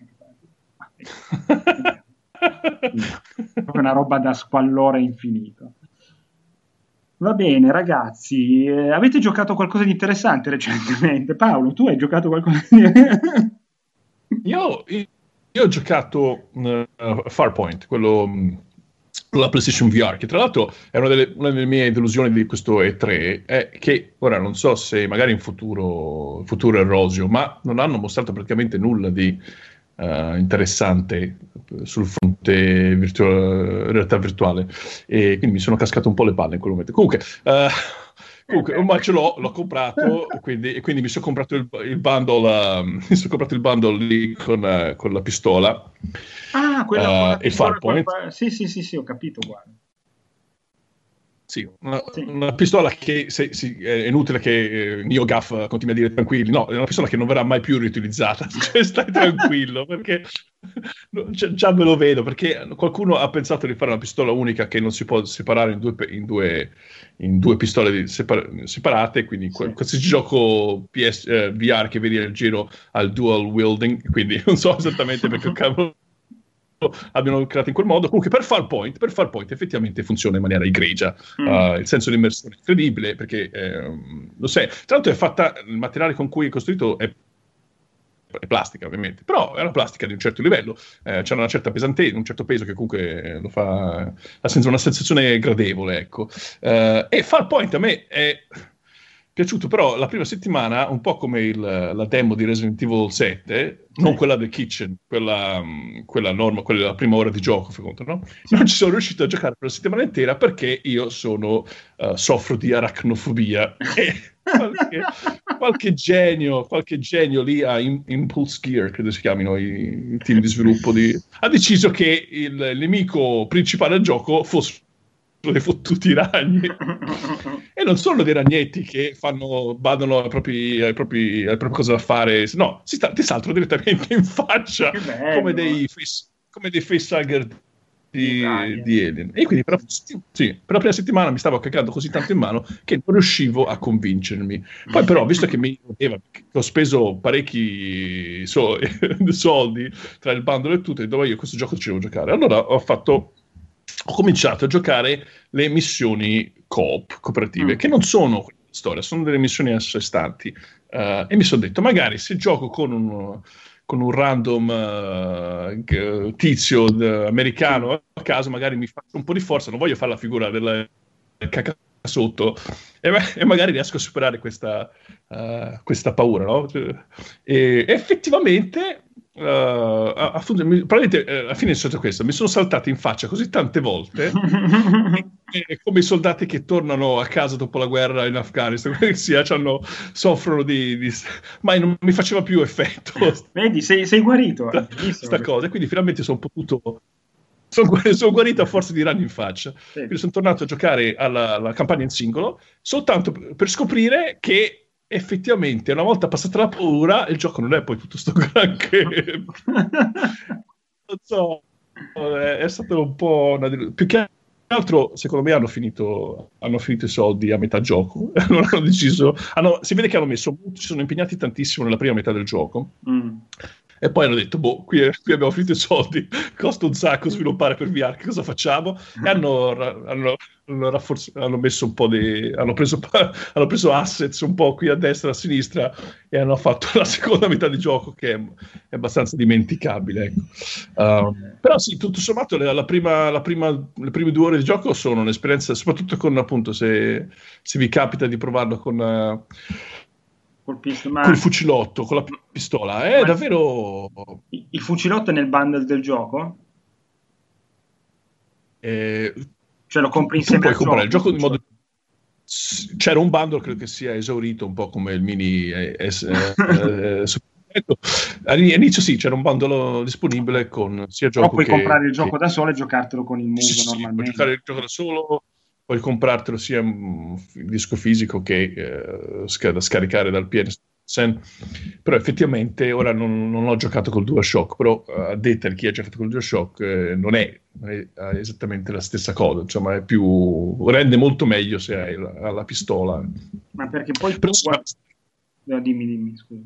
Proprio una roba da squallore infinito. Va bene, ragazzi, avete giocato qualcosa di interessante recentemente? Paolo, tu hai giocato qualcosa di... Io ho giocato Farpoint, la PlayStation VR, che tra l'altro è una delle mie delusioni di questo E3, è che ora non so se magari in futuro è roseo, ma non hanno mostrato praticamente nulla di interessante sul fronte realtà virtuale, e quindi mi sono cascato un po' le palle in quel momento. Comunque ma ce l'ho comprato, e quindi mi sono comprato il bundle lì con la pistola. Quella e Farpoint. Sì, ho capito, guarda. Sì, una pistola che è inutile che Neo Gaff continui a dire tranquilli, no, è una pistola che non verrà mai più riutilizzata, cioè stai tranquillo, perché già me lo vedo, perché qualcuno ha pensato di fare una pistola unica che non si può separare in due pistole separate, quindi qualsiasi gioco VR che vedi nel giro al dual wielding, quindi non so esattamente perché cavolo abbiano creato in quel modo. Comunque per Farpoint effettivamente funziona in maniera egregia. Il senso di immersione è incredibile, perché lo sai, tra l'altro è fatta, il materiale con cui è costruito è plastica, ovviamente, però è una plastica di un certo livello, c'è una certa pesantezza, un certo peso che comunque lo fa, una sensazione gradevole, ecco. E Farpoint a me è piaciuto, però la prima settimana, un po' come la demo di Resident Evil 7, non quella del Kitchen, quella norma, quella della prima ora di gioco, no? Non ci sono riuscito a giocare per la settimana intera perché io soffro di aracnofobia. E qualche genio lì a Impulse Gear, credo si chiamino i team di sviluppo, ha deciso che il nemico principale del gioco fosse dei fottuti ragni. E non sono dei ragnetti che badano alle proprie cose da fare, no, ti saltano direttamente in faccia come dei facehugger di Alien. E quindi per la prima settimana mi stavo cagando così tanto in mano che non riuscivo a convincermi. Poi però, visto che ho speso parecchi soldi tra il bundle e tutto, e dove io questo gioco ci devo giocare, allora ho cominciato a giocare le missioni cooperative, che non sono storia, sono delle missioni a sé stanti, e mi sono detto, magari se gioco con un random tizio americano a caso, magari mi faccio un po' di forza, non voglio fare la figura del caca sotto, e magari riesco a superare questa paura, no? E effettivamente probabilmente alla fine è stato questo, mi sono saltati in faccia così tante volte come i soldati che tornano a casa dopo la guerra in Afghanistan, soffrono ma non mi faceva più effetto. Vedi, sei guarito questa cosa, quindi finalmente sono guarito a forza di ragni in faccia. Quindi sono tornato a giocare alla campagna in singolo soltanto per scoprire che effettivamente, una volta passata la paura, il gioco non è poi tutto sto granché. Non so, è stato un po' più che altro, secondo me hanno finito i soldi a metà gioco. Non hanno deciso, si vede che si sono impegnati tantissimo nella prima metà del gioco. E poi hanno detto, qui abbiamo finito i soldi, costa un sacco sviluppare per VR, che cosa facciamo? E hanno messo un po' hanno preso assets un po' qui a destra e a sinistra e hanno fatto la seconda metà di gioco che è abbastanza dimenticabile, ecco. Però sì, tutto sommato le prime 2 ore di gioco sono un'esperienza, soprattutto con, appunto, se vi capita di provarlo con il fucilotto, con la pistola, è davvero... Il fucilotto è nel bundle del gioco? Cioè lo compri insieme al comprare il gioco in modo... C'era un bundle, credo che sia esaurito, un po' come il mini all'inizio sì, c'era un bundle disponibile con sia gioco puoi comprare il gioco da solo e giocartelo con il muso normalmente. Puoi giocare il gioco da solo, puoi comprartelo sia il disco fisico che da scaricare dal PSN. Però effettivamente ora non ho giocato col DualShock, però a detta di chi ha giocato col DualShock non è esattamente la stessa cosa, insomma rende molto meglio se hai la pistola. Ma perché poi no, dimmi scusa.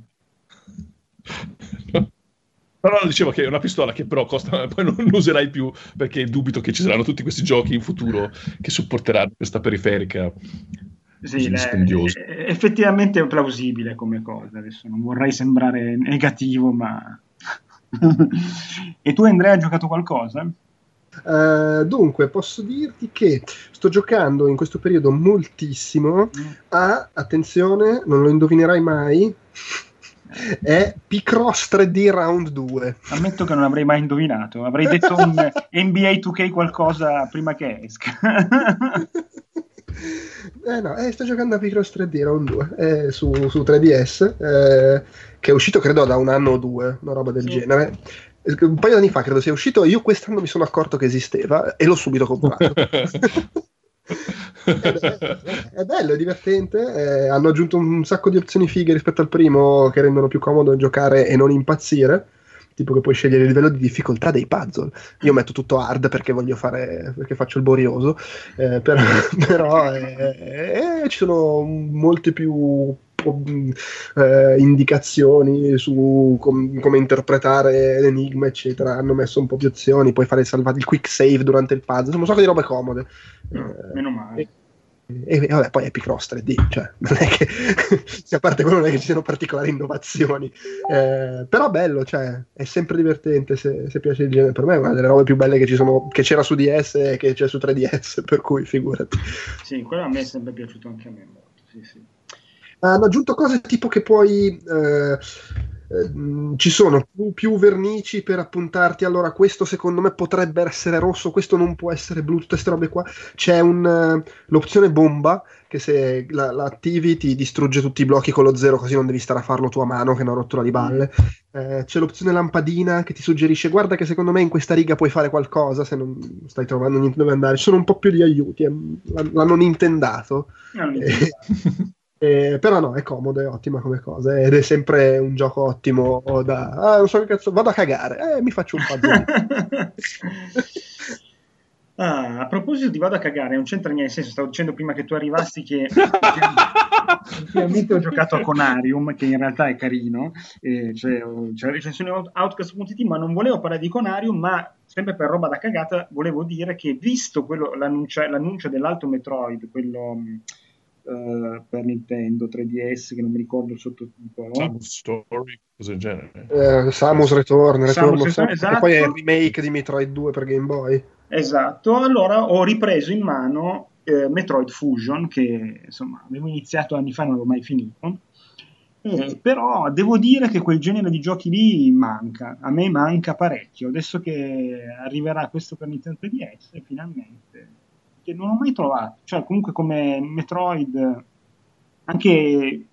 Però dicevo che è una pistola che però costa, poi non userai più, perché dubito che ci saranno tutti questi giochi in futuro che supporteranno questa periferica. Sì, effettivamente è plausibile come cosa. Adesso non vorrei sembrare negativo, ma... E tu, Andrea, hai giocato qualcosa? Dunque, posso dirti che sto giocando in questo periodo moltissimo attenzione, non lo indovinerai mai, è Picross 3D Round 2. Ammetto che non avrei mai indovinato, avrei detto un NBA 2K qualcosa prima che esca. Sto giocando a Picross 3D Round 2 su 3DS, che è uscito credo da un anno o 2, una roba del genere. Un paio di anni fa credo sia uscito, io quest'anno mi sono accorto che esisteva e l'ho subito comprato. È bello, è divertente, hanno aggiunto un sacco di opzioni fighe rispetto al primo che rendono più comodo giocare e non impazzire, tipo che puoi scegliere il livello di difficoltà dei puzzle. Io metto tutto hard perché perché faccio il borioso, però ci sono molte più indicazioni su come interpretare l'enigma, eccetera. Hanno messo un po' di opzioni, puoi fare il quick save durante il puzzle, insomma un sacco di robe comode. Meno male. E vabbè, poi Epic Ross 3D, cioè non è che a parte quello non è che ci siano particolari innovazioni, però bello, cioè è sempre divertente se piace il genere. Per me è una delle robe più belle che c'era su DS e che c'è su 3DS, per cui figurati. Sì, quello a me è sempre piaciuto, anche a me molto, sì, sì. Hanno aggiunto cose tipo che poi ci sono più vernici per appuntarti. Allora, questo secondo me potrebbe essere rosso, questo non può essere blu, tutte queste robe qua. C'è l'opzione bomba, che se la attivi ti distrugge tutti i blocchi con lo 0, così non devi stare a farlo tu a mano, che è una rottura di balle. C'è l'opzione lampadina che ti suggerisce: guarda che secondo me in questa riga puoi fare qualcosa se non stai trovando niente dove andare. Ci sono un po' più di aiuti, l'hanno nintendato. Però no, è comodo, è ottima come cosa ed è sempre un gioco ottimo non so che cazzo, vado a cagare, mi faccio un puzzle. A proposito di vado a cagare, non c'entra niente, nel senso, stavo dicendo prima che tu arrivassi che ultimamente ho giocato a Conarium, che in realtà è carino, c'è la recensione Outcast.it, ma non volevo parlare di Conarium, ma sempre per roba da cagata volevo dire che visto l'annuncio dell'altro Metroid, quello per Nintendo 3DS, che non mi ricordo il sottotitolo, Samus Story, cosa del genere, Samus Return, esatto. E poi è il remake di Metroid 2 per Game Boy. Esatto, allora ho ripreso in mano Metroid Fusion, che insomma avevo iniziato anni fa e non l'avevo mai finito, però devo dire che quel genere di giochi lì manca, a me manca parecchio, adesso che arriverà questo per Nintendo 3DS finalmente, che non ho mai trovato, cioè comunque come Metroid, anche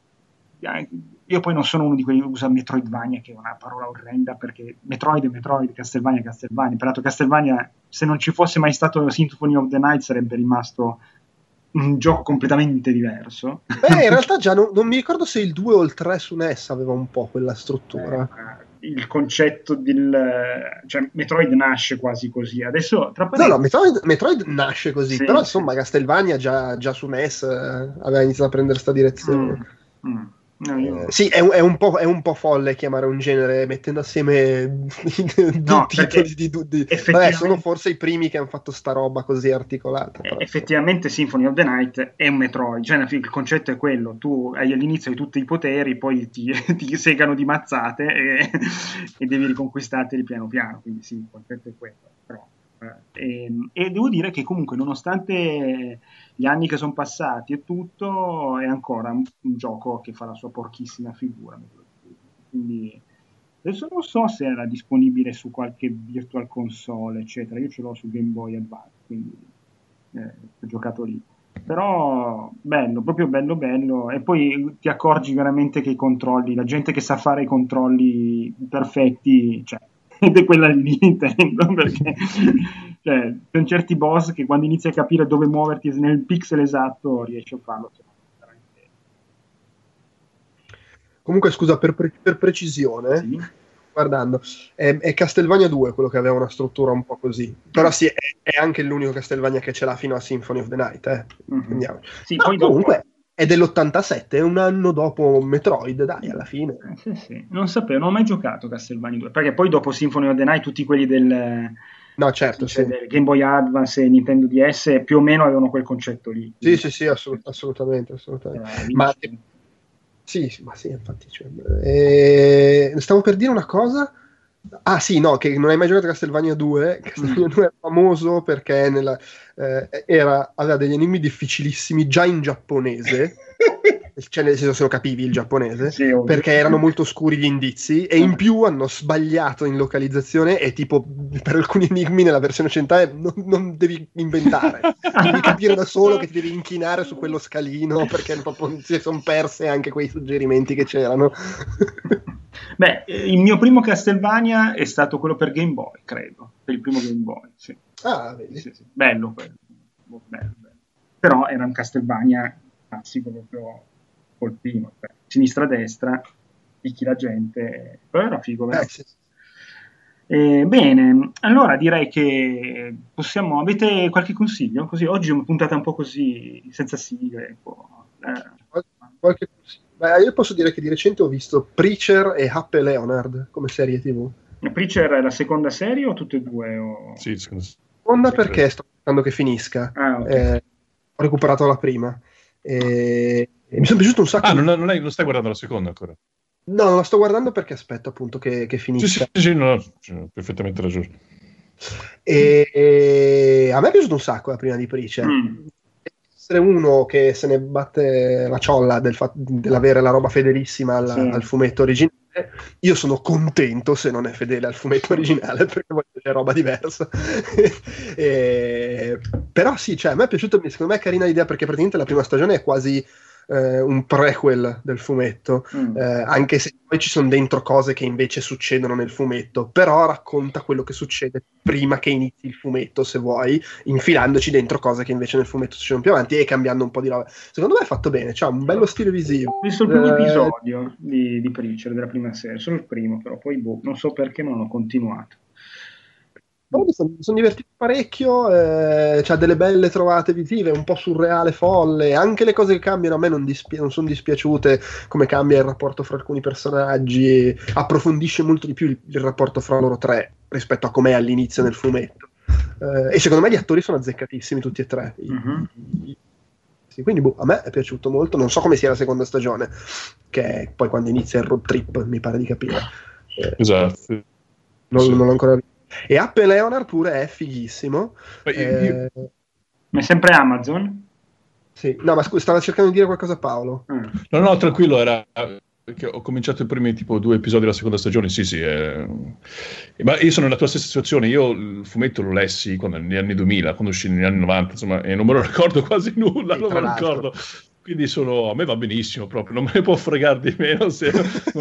io poi non sono uno di quelli che usa Metroidvania, che è una parola orrenda, perché Metroid è Metroid, Castlevania è Castlevania. Peraltro Castlevania, se non ci fosse mai stato Symphony of the Night, sarebbe rimasto un gioco completamente diverso. In realtà già non mi ricordo se il 2 o il 3 su NES aveva un po' quella struttura. Il concetto cioè Metroid nasce quasi così. Adesso No, Metroid nasce così, sì, però insomma Castlevania già su NES aveva iniziato a prendere sta direzione. Sì, è un po' folle chiamare un genere mettendo assieme titoli di vabbè, sono forse i primi che hanno fatto sta roba così articolata. Effettivamente Symphony of the Night è un Metroid, cioè il concetto è quello: tu hai all'inizio tutti i poteri, poi ti segano di mazzate e devi riconquistarli piano piano, quindi sì, il concetto è quello. Però, e devo dire che comunque, nonostante gli anni che sono passati e tutto, è ancora un gioco che fa la sua porchissima figura. Quindi adesso non so se era disponibile su qualche Virtual Console, eccetera. Io ce l'ho su Game Boy Advance, quindi ho giocato lì. Però bello, proprio bello. E poi ti accorgi veramente che i controlli, la gente che sa fare i controlli perfetti, cioè, ed è quella di Nintendo, perché cioè, con certi boss che quando inizi a capire dove muoverti nel pixel esatto riesci a farlo. Comunque scusa, per precisione, sì, guardando, è Castlevania 2 quello che aveva una struttura un po' così, però sì, è anche l'unico Castlevania che ce l'ha fino a Symphony of the Night, andiamo. Sì, poi comunque dopo... è dell'87, è un anno dopo Metroid, dai, alla fine. Sì. Non sapevo, non ho mai giocato Castlevania 2, perché poi dopo Symphony of the Night tutti quelli del Game Boy Advance e Nintendo DS più o meno avevano quel concetto lì. Sì, assolutamente. Ma sì, infatti. Stavo per dire una cosa. Ah sì, no, che non hai mai giocato a Castlevania 2. Castlevania 2 è famoso perché aveva degli enigmi difficilissimi già in giapponese, cioè nel senso se lo capivi il giapponese, sì, perché erano molto oscuri gli indizi e in più hanno sbagliato in localizzazione e tipo per alcuni enigmi nella versione occidentale non devi inventare, devi capire da solo che ti devi inchinare su quello scalino perché proprio si sono perse anche quei suggerimenti che c'erano. Beh, il mio primo Castlevania è stato quello per Game Boy, credo, per il primo Game Boy, sì. Ah, vedi. Sì. Bello quello. Bello. però era un Castlevania classico, proprio col primo, cioè, sinistra-destra, picchi la gente, però era figo, vero? Sì. Bene, allora direi che avete qualche consiglio? Così, oggi è una puntata un po' così, senza sigle, un po', Qualche consiglio? Beh, io posso dire che di recente ho visto Preacher e Happy Leonard come serie TV. Preacher è la seconda serie o tutte e due? O... Sì, secondo me. Seconda perché sto aspettando che finisca. Okay. Ho recuperato la prima. E mi sono piaciuto un sacco. Non stai guardando la seconda ancora? No, non la sto guardando perché aspetto appunto che finisca. Sì, no, perfettamente ragione. E a me è piaciuto un sacco la prima di Preacher. Essere uno che se ne batte la ciolla dell'avere la roba fedelissima al fumetto originale, io sono contento se non è fedele al fumetto originale, perché voglio vedere roba diversa. Però sì, cioè, a me è piaciuto, secondo me è carina l'idea, perché praticamente la prima stagione è quasi un prequel del fumetto, anche se poi ci sono dentro cose che invece succedono nel fumetto, però racconta quello che succede prima che inizi il fumetto, se vuoi, infilandoci dentro cose che invece nel fumetto succedono più avanti e cambiando un po' di roba. Secondo me è fatto bene, c'ha un bello stile visivo. Ho visto il primo episodio di Preacher, della prima serie, solo il primo, però poi non so perché non ho continuato. Mi sono divertito parecchio, c'ha delle belle trovate visive, un po' surreale, folle, anche le cose che cambiano a me non sono dispiaciute, come cambia il rapporto fra alcuni personaggi, approfondisce molto di più il rapporto fra loro tre rispetto a com'è all'inizio nel fumetto, e secondo me gli attori sono azzeccatissimi tutti e tre. Sì, quindi a me è piaciuto molto, non so come sia la seconda stagione, che è poi quando inizia il road trip, mi pare di capire. Esatto. Non l'ho ancora visto. E Happy Leonard pure è fighissimo. Ma è sempre Amazon? Sì. No, ma scusa, stava cercando di dire qualcosa Paolo. No, tranquillo, era perché ho cominciato i primi tipo 2 episodi della seconda stagione. Sì. Ma io sono nella tua stessa situazione. Io il fumetto lo lessi negli anni 2000, quando uscì negli anni 90, insomma, e non me lo ricordo quasi nulla, non me lo ricordo. Quindi a me va benissimo proprio, non me ne può fregare di meno se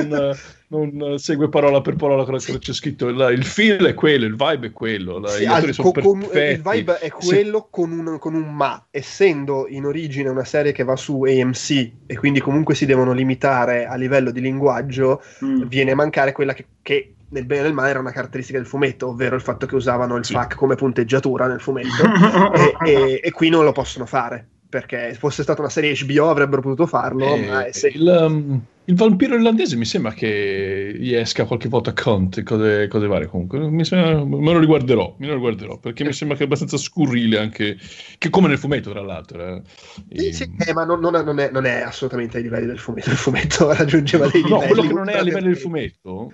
non segue parola per parola quello che c'è scritto. Il feel è quello, il vibe è quello, gli attori sono perfetti. Il vibe è quello con un ma, essendo in origine una serie che va su AMC e quindi comunque si devono limitare a livello di linguaggio, viene a mancare quella che nel bene e nel male era una caratteristica del fumetto, ovvero il fatto che usavano il FAQ come punteggiatura nel fumetto e qui non lo possono fare. Perché se fosse stata una serie HBO avrebbero potuto farlo, ma il vampiro irlandese mi sembra che gli esca qualche volta Cunt, cose varie. Comunque me lo riguarderò perché mi sembra che è abbastanza scurrile, anche che come nel fumetto, tra l'altro. Ma non è assolutamente ai livelli del fumetto. Il fumetto raggiungeva dei livelli. Quello che non è a livello del fumetto,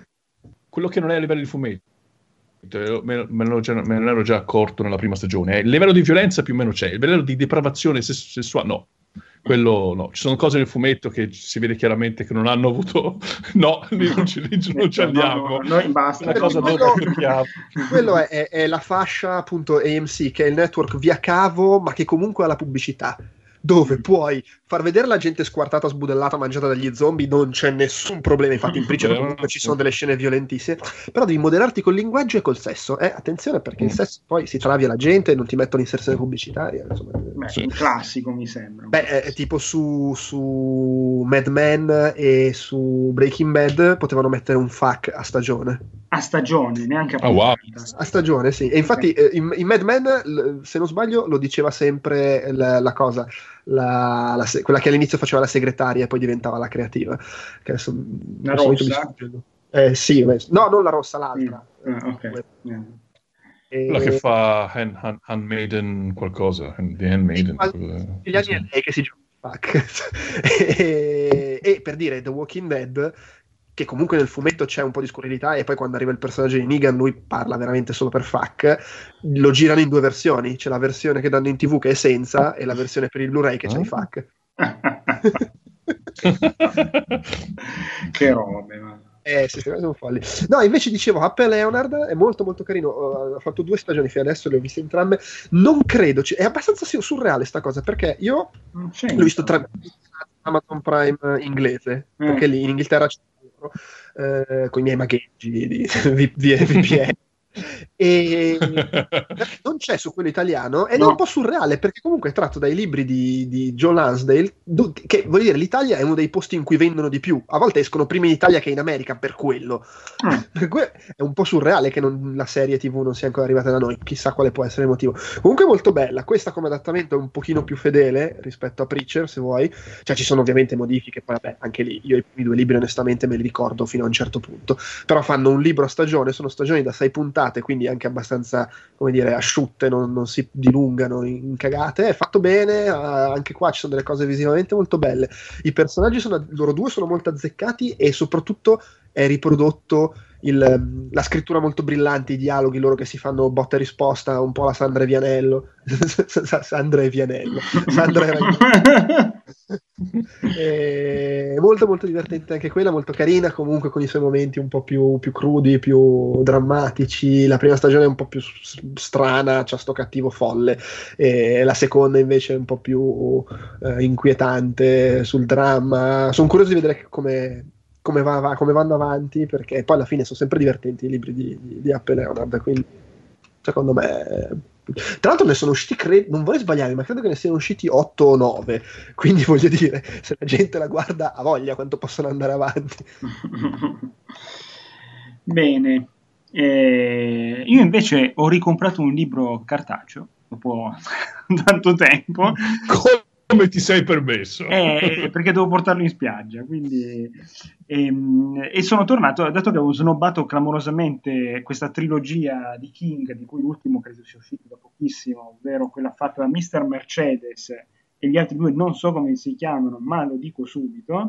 me ne ero già accorto nella prima stagione. Il livello di violenza più o meno c'è, il livello di depravazione sessuale no, quello no. Ci sono cose nel fumetto che si vede chiaramente che non hanno avuto non ci andiamo. Noi basta. Una cosa quello è la fascia appunto AMC, che è il network via cavo ma che comunque ha la pubblicità, dove puoi far vedere la gente squartata, sbudellata, mangiata dagli zombie, non c'è nessun problema. Infatti in Preacher comunque ci sono delle scene violentissime, però devi modellarti col linguaggio e col sesso. Attenzione, perché il sesso poi si travia la gente e non ti mettono inserzione pubblicitaria, insomma. Un classico, mi sembra. È tipo su Mad Men e su Breaking Bad potevano mettere un FAQ a stagione. A stagione, neanche a wow. A stagione, sì. E infatti in Mad Men, se non sbaglio, lo diceva sempre la cosa, quella che all'inizio faceva la segretaria e poi diventava la creativa. Che adesso, la rossa? Sì, no, non la rossa, l'altra. Ok. Quella che fa Handmaiden qualcosa, The Handmaiden. Gli anni è lei che si gioca e per dire The Walking Dead, che comunque nel fumetto c'è un po' di scurrilità e poi quando arriva il personaggio di Negan lui parla veramente solo per FAQ, lo girano in 2 versioni, c'è la versione che danno in TV che è senza e la versione per il Blu-ray che c'ha i FAQ. Che robe, ma... Sì, sono folli. No, invece dicevo, Happy Leonard è molto molto carino, ho fatto 2 stagioni fino adesso, le ho viste entrambe, non credo, è abbastanza surreale sta cosa, perché io l'ho visto tra Amazon Prime inglese, perché lì in Inghilterra c'è con i miei magheggi di VPN E non c'è su quello italiano ed è un po' surreale perché comunque è tratto dai libri di Joe Lansdale, che voglio dire, l'Italia è uno dei posti in cui vendono di più, a volte escono prima in Italia che in America per quello. Per cui è un po' surreale che la serie TV non sia ancora arrivata da noi, chissà quale può essere il motivo. Comunque è molto bella, questa come adattamento è un pochino più fedele rispetto a Preacher, se vuoi, cioè ci sono ovviamente modifiche, poi vabbè, anche lì io i primi 2 libri onestamente me li ricordo fino a un certo punto, però fanno un libro a stagione, sono stagioni da 6 puntate, quindi anche abbastanza, come dire, asciutte, non si dilungano in cagate, è fatto bene, anche qua ci sono delle cose visivamente molto belle, i personaggi loro due sono molto azzeccati e soprattutto è riprodotto la scrittura molto brillante, i dialoghi loro che si fanno botta e risposta, un po' la Sandra e Vianello. Sandra e Vianello. Molto molto divertente anche quella, molto carina, comunque con i suoi momenti un po' più crudi, più drammatici. La prima stagione è un po' più strana, c'ha sto cattivo folle, e la seconda invece è un po' più inquietante sul dramma. Sono curioso di vedere come vanno avanti, perché poi alla fine sono sempre divertenti i libri di Up e Leonard, quindi secondo me, tra l'altro ne sono usciti, non vorrei sbagliare, ma credo che ne siano usciti 8 o 9, quindi voglio dire, se la gente la guarda ha voglia quanto possono andare avanti. Bene, io invece ho ricomprato un libro cartaceo dopo tanto tempo. Come ti sei permesso? Perché devo portarlo in spiaggia, quindi e sono tornato, dato che avevo snobbato clamorosamente questa trilogia di King, di cui l'ultimo credo sia uscito da pochissimo, ovvero quella fatta da Mr. Mercedes, e gli altri due non so come si chiamano, ma lo dico subito.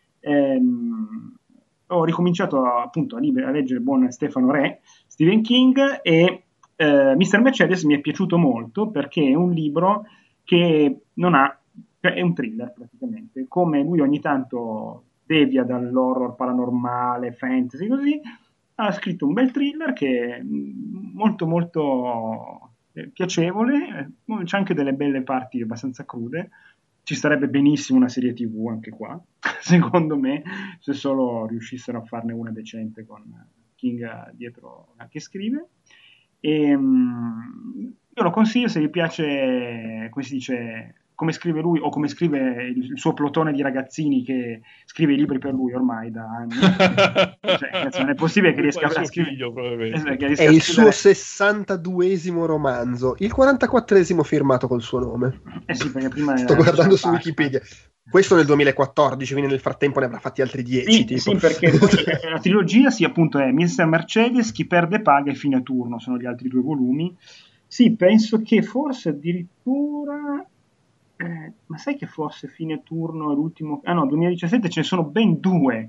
Ho ricominciato appunto a leggere il buon Stefano Re, Stephen King, e Mr. Mercedes mi è piaciuto molto perché è un libro che non ha, è un thriller praticamente, come lui ogni tanto devia dall'horror paranormale, fantasy, così, ha scritto un bel thriller che è molto molto piacevole, c'è anche delle belle parti abbastanza crude, ci starebbe benissimo una serie TV anche qua, secondo me, se solo riuscissero a farne una decente con King dietro che scrive. E, io lo consiglio se vi piace, come si dice, come scrive lui o come scrive il suo plotone di ragazzini che scrive i libri per lui ormai da anni. Cioè, non è possibile che riesca a scrivere. È il suo 62esimo romanzo, il 44esimo firmato col suo nome. Sì, perché prima sto guardando su Wikipedia. Questo nel 2014, quindi nel frattempo ne avrà fatti altri 10. Sì, tipo. Sì, perché la trilogia appunto è Mr. Mercedes, Chi perde paga e Fine turno, sono gli altri 2 volumi. Sì, penso che forse addirittura... ma sai che forse Fine turno è l'ultimo... Ah no, 2017 ce ne sono ben 2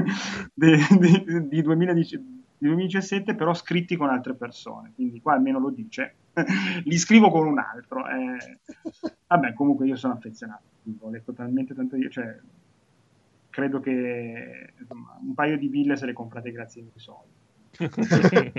di 2017, però scritti con altre persone, quindi qua almeno lo dice. Li scrivo con un altro. Vabbè, comunque io sono affezionato, ho letto talmente tanto io, cioè credo che insomma, un paio di ville se le comprate grazie ai miei soldi.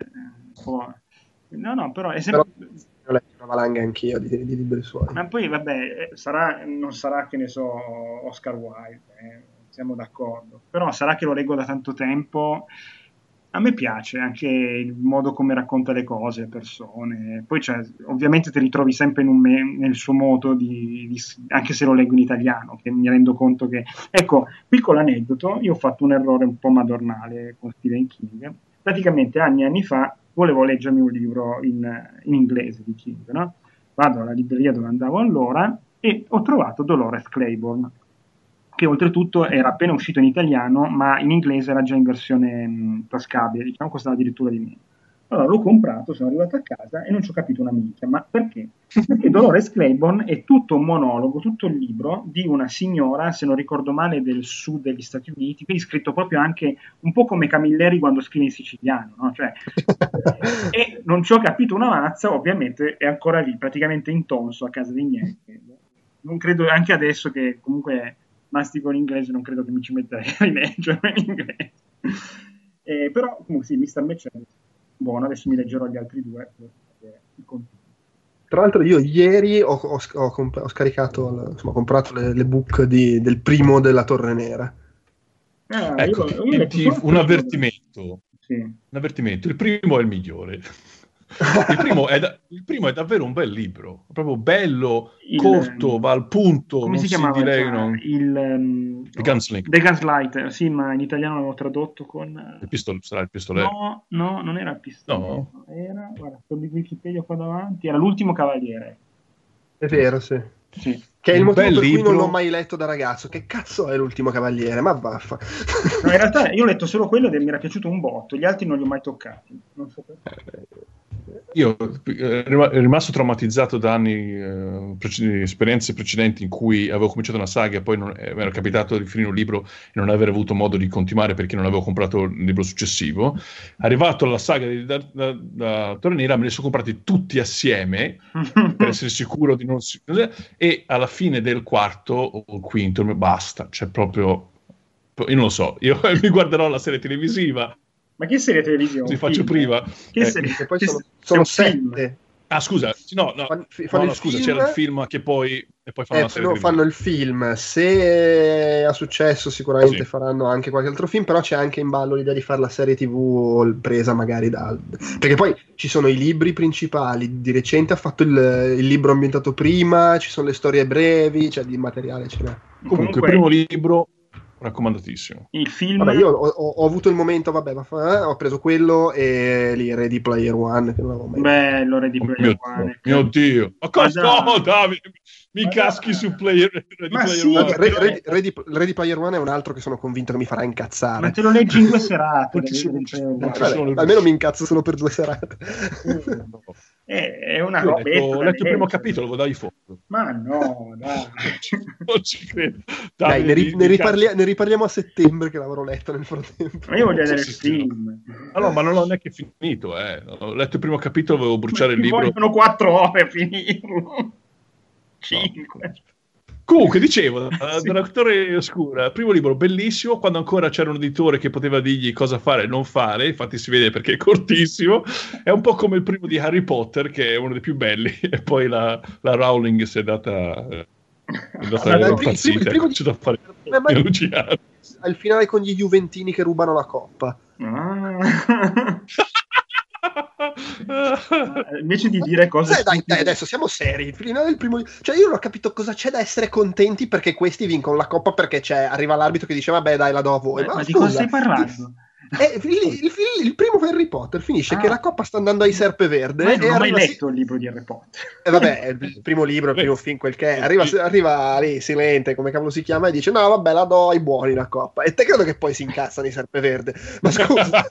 No, però è sempre... Ho letto una valanga anch'io di libri suoi. Ma poi vabbè, non sarà che ne so Oscar Wilde, siamo d'accordo, però sarà che lo leggo da tanto tempo. A me piace anche il modo come racconta le cose, le persone. Poi ovviamente ti ritrovi sempre nel suo modo, anche se lo leggo in italiano, che mi rendo conto che... Ecco, piccolo aneddoto, io ho fatto un errore un po' madornale con Stephen King. Praticamente anni e anni fa volevo leggermi un libro in inglese di King, no? Vado alla libreria dove andavo allora e ho trovato Dolores Claiborne, che oltretutto era appena uscito in italiano, ma in inglese era già in versione tascabile, diciamo, costava addirittura di meno. Allora l'ho comprato, sono arrivato a casa e non ci ho capito una minchia, ma perché? Perché Dolores Claiborne è tutto un monologo, tutto il libro di una signora, se non ricordo male, del sud degli Stati Uniti, quindi scritto proprio anche un po' come Camilleri quando scrive in siciliano, no? Cioè, e non ci ho capito una mazza, ovviamente è ancora lì, praticamente intonso a casa dei miei. Non credo, anche adesso che comunque mastico l'inglese, non credo che mi ci metterei a rileggerlo in inglese. Però comunque sì, Mr. Mercedes buono, adesso mi leggerò gli altri 2 Tra l'altro io ieri ho scaricato, insomma, ho comprato le book del primo della Torre Nera. Ecco, un avvertimento. Sì. Un avvertimento, il primo è il migliore. Il primo è davvero un bel libro, proprio bello, corto, va al punto, come non si si chiamava già? dilegano. Il Gunslinger, The Gaslighter, sì, ma in italiano l'avevo tradotto con... sarà il pistolero. No, no, non era il pistolero, No? era, guarda, quello di Wikipedia qua davanti, era l'ultimo cavaliere. È vero, sì. Sì. Che è il Un motivo bel per cui non l'ho libro. mai letto da ragazzo. Che cazzo è l'ultimo cavaliere? Ma vaffa. No, in realtà io ho letto solo quello e mi era piaciuto un botto, gli altri non li ho mai toccati. Non so perché. Io ero rimasto traumatizzato da anni, esperienze precedenti in cui avevo cominciato una saga e poi mi era capitato di finire un libro e non aver avuto modo di continuare perché non avevo comprato il libro successivo. Arrivato alla saga da Torre Nera, me li sono comprati tutti assieme per essere sicuro di non... E alla fine del quarto o il quinto, basta, cioè proprio... Io non lo so, io mi guarderò la serie televisiva. Ma che serie televisiva? Così faccio prima. Che serie? Che poi Che sono film? 7. Ah, scusa, no, Fanno il scusa, film, c'era il film che poi... E poi fanno la serie televisiva. fanno il film. Se ha successo, sicuramente Sì. faranno anche qualche altro film. Però c'è anche in ballo l'idea di fare la serie TV presa magari da. Perché poi ci sono i libri principali. Di recente ha fatto il libro ambientato prima. Ci sono le storie brevi. Cioè, di materiale ce n'è. Comunque, il primo libro, raccomandatissimo. Il film... Vabbè, io ho avuto il momento, vabbè, ho preso quello e lì Ready Player One, che non avevo mai visto. Bello, Ready Player One. Mio Dio. Ma cosa? No, Davide, mi caschi su Ready Player One. Ready Player One è un altro che sono convinto che mi farà incazzare. Ma te lo leggi in 2 serate. Almeno mi incazzo solo per 2 serate. È una roba. Ho letto il primo capitolo, lo dai foto. Ma no, dai. Non ci credo. Dai, ne riparliamo a settembre che l'avrò letto nel frattempo. Ma io voglio vedere il film. Allora, ma non l'ho neanche finito, Ho letto il primo capitolo, volevo bruciare il libro. Vogliono 4 ore a finirlo. 5. Comunque, dicevo, Dottore Oscura, primo libro bellissimo, quando ancora c'era un editore che poteva dirgli cosa fare e non fare, infatti si vede perché è cortissimo, è un po' come il primo di Harry Potter, che è uno dei più belli, e poi la Rowling si è data impazzita, c'è da fare allucinante. Al finale con gli Juventini che rubano la coppa. Invece di dire cose dai, adesso siamo seri. Cioè, io non ho capito cosa c'è da essere contenti perché questi vincono la coppa perché arriva l'arbitro che dice vabbè dai la do a voi. Ma di cosa stai parlando? Il primo Harry Potter finisce che la coppa sta andando ai Serpeverde. Ma io non ho mai letto il libro di Harry Potter. Vabbè, il primo libro, il primo film, quel che è. Arriva lì, Silente, come cavolo si chiama, e dice no vabbè la do ai buoni la coppa. E te credo che poi si incazzano i Serpeverde. Ma scusa.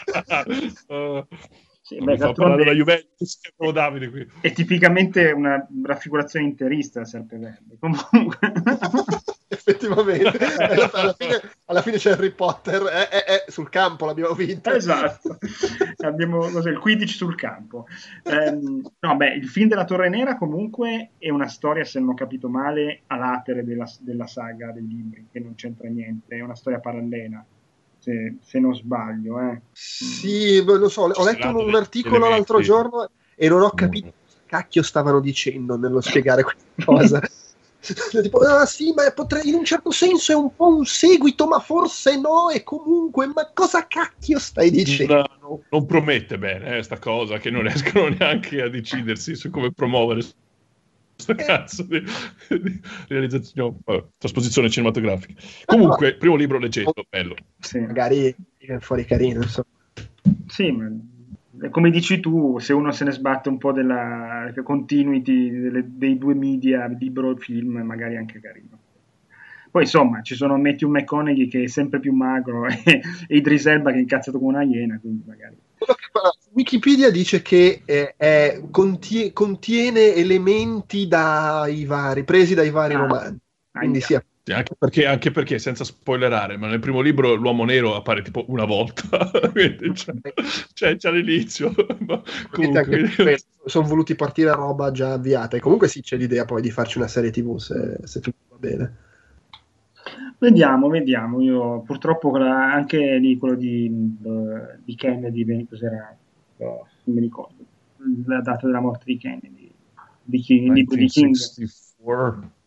Sì, mi fa parlare della Juventus, Davide qui. È tipicamente una raffigurazione interista Serpeverde. Comunque effettivamente alla fine c'è Harry Potter sul campo l'abbiamo vinto. Esatto. Abbiamo il 15 sul campo. No, beh, il film della Torre Nera comunque è una storia, se non ho capito male, a latere della saga dei libri, che non c'entra niente, è una storia parallela. Se non sbaglio, Sì, lo so, ho letto un articolo l'altro giorno e non ho capito cosa cacchio stavano dicendo nello spiegare questa cosa. Tipo, sì, ma in un certo senso è un po' un seguito, ma forse no, e comunque, ma cosa cacchio stai dicendo? No, non promette bene sta cosa, che non riescono neanche a decidersi su come promuovere questa cazzo di realizzazione, trasposizione cinematografica. Comunque, primo libro leggendo, bello. Sì. Magari viene fuori carino, insomma. Sì, ma come dici tu, se uno se ne sbatte un po' della continuity dei 2 media, libro e film, magari anche carino. Poi insomma, ci sono Matthew McConaughey che è sempre più magro e Idris Elba che è incazzato come una iena, quindi magari... Wikipedia dice che contiene elementi presi dai vari romanzi. Quindi sia... Anche perché, senza spoilerare, ma nel primo libro l'uomo nero appare tipo una volta, c'è all'inizio. Comunque... sono voluti partire a roba già avviata e comunque sì, c'è l'idea poi di farci una serie TV se tutto va bene. Vediamo. Io purtroppo anche lì quello di Kennedy, cos'era? Non mi ricordo la data della morte di Kennedy. Il libro di King.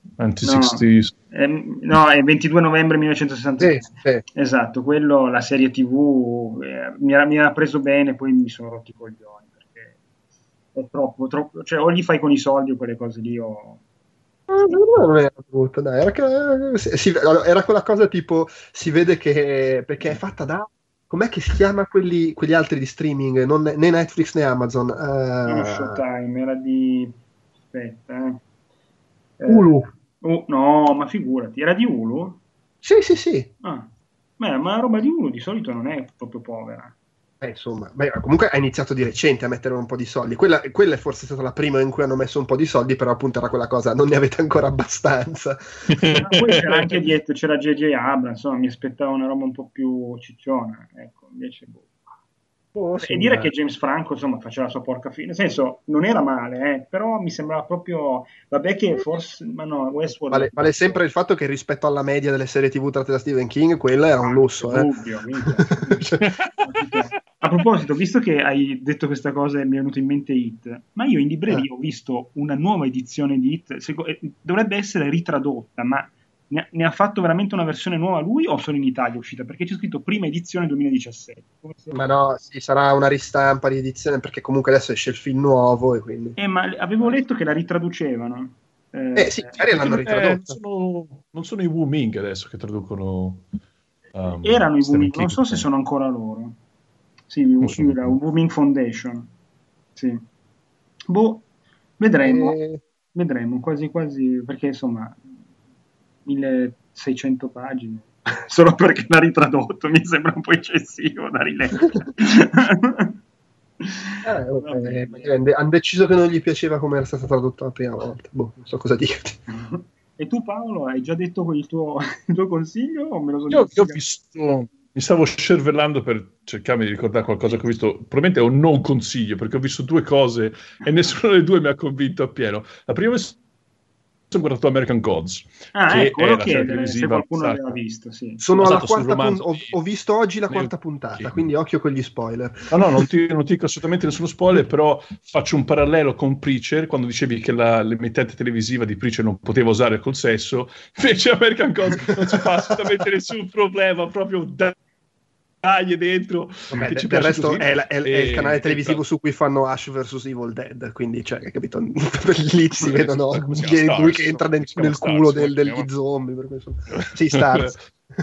Anti-60s. No, è 22 novembre 1963. Sì. Esatto, quello, la serie TV mi ha preso bene, poi mi sono rotti i coglioni, perché è troppo, cioè o gli fai con i soldi o quelle cose lì o... Non era brutto, dai, era quella cosa tipo, si vede che, perché è fatta da, com'è che si chiama quegli altri di streaming, né Netflix né Amazon? No, Showtime, era di... aspetta, Hulu. No, ma figurati, era di Hulu? Sì. Ah, ma la roba di Hulu di solito non è proprio povera. Insomma, comunque ha iniziato di recente a mettere un po' di soldi. Quella è forse stata la prima in cui hanno messo un po' di soldi, però appunto era quella cosa, non ne avete ancora abbastanza. Ma poi c'era anche dietro, c'era J.J. Abrams, insomma, mi aspettavo una roba un po' più cicciona, ecco, invece e dire che James Franco, insomma, faceva la sua porca fine, nel senso, non era male, però mi sembrava proprio, vabbè che forse, ma no, Westworld... Vale sempre il fatto che rispetto alla media delle serie TV tratte da Stephen King, quella era un lusso. Dubbio. A proposito, visto che hai detto questa cosa e mi è venuto in mente It, ma io in libreria ho visto una nuova edizione di It, dovrebbe essere ritradotta, ma ne ha fatto veramente una versione nuova lui o solo in Italia è uscita? Perché c'è scritto prima edizione 2017. Ma no, sì, sarà una ristampa di edizione, perché comunque adesso esce il film nuovo e quindi... ma avevo letto che la ritraducevano. Sì, magari l'hanno ritradotta. Non sono i Wu Ming adesso che traducono... erano i Wu Ming, non so se sono ancora loro. Sì, la Wu Ming Foundation. Sì. Vedremo, quasi, perché insomma... 1600 pagine solo perché l'ha ritradotto mi sembra un po' eccessivo da rileggere. Hanno deciso che non gli piaceva come era stata tradotta la prima volta, non so cosa dirti. E tu Paolo hai già detto il tuo consiglio o me lo io ho visto, mi stavo scervellando per cercarmi di ricordare qualcosa che ho visto, probabilmente è un non consiglio perché ho visto due cose e nessuna delle due mi ha convinto appieno. La prima ho guardato American Gods, che è la serie televisiva, se qualcuno l'aveva visto, sì. Sono alla quarta ho visto oggi la quarta puntata, quindi occhio con gli spoiler. No, non ti dico assolutamente nessuno spoiler, però faccio un parallelo con Preacher, quando dicevi che l'emittente televisiva di Preacher non poteva usare col sesso, invece American Gods non si fa assolutamente nessun problema, proprio taglie dentro. Vabbè, del resto è il canale televisivo su cui fanno Ash vs Evil Dead, quindi cioè, capito? Lì si vedono lui che entra nel culo degli zombie, per questo. Sì, Stars.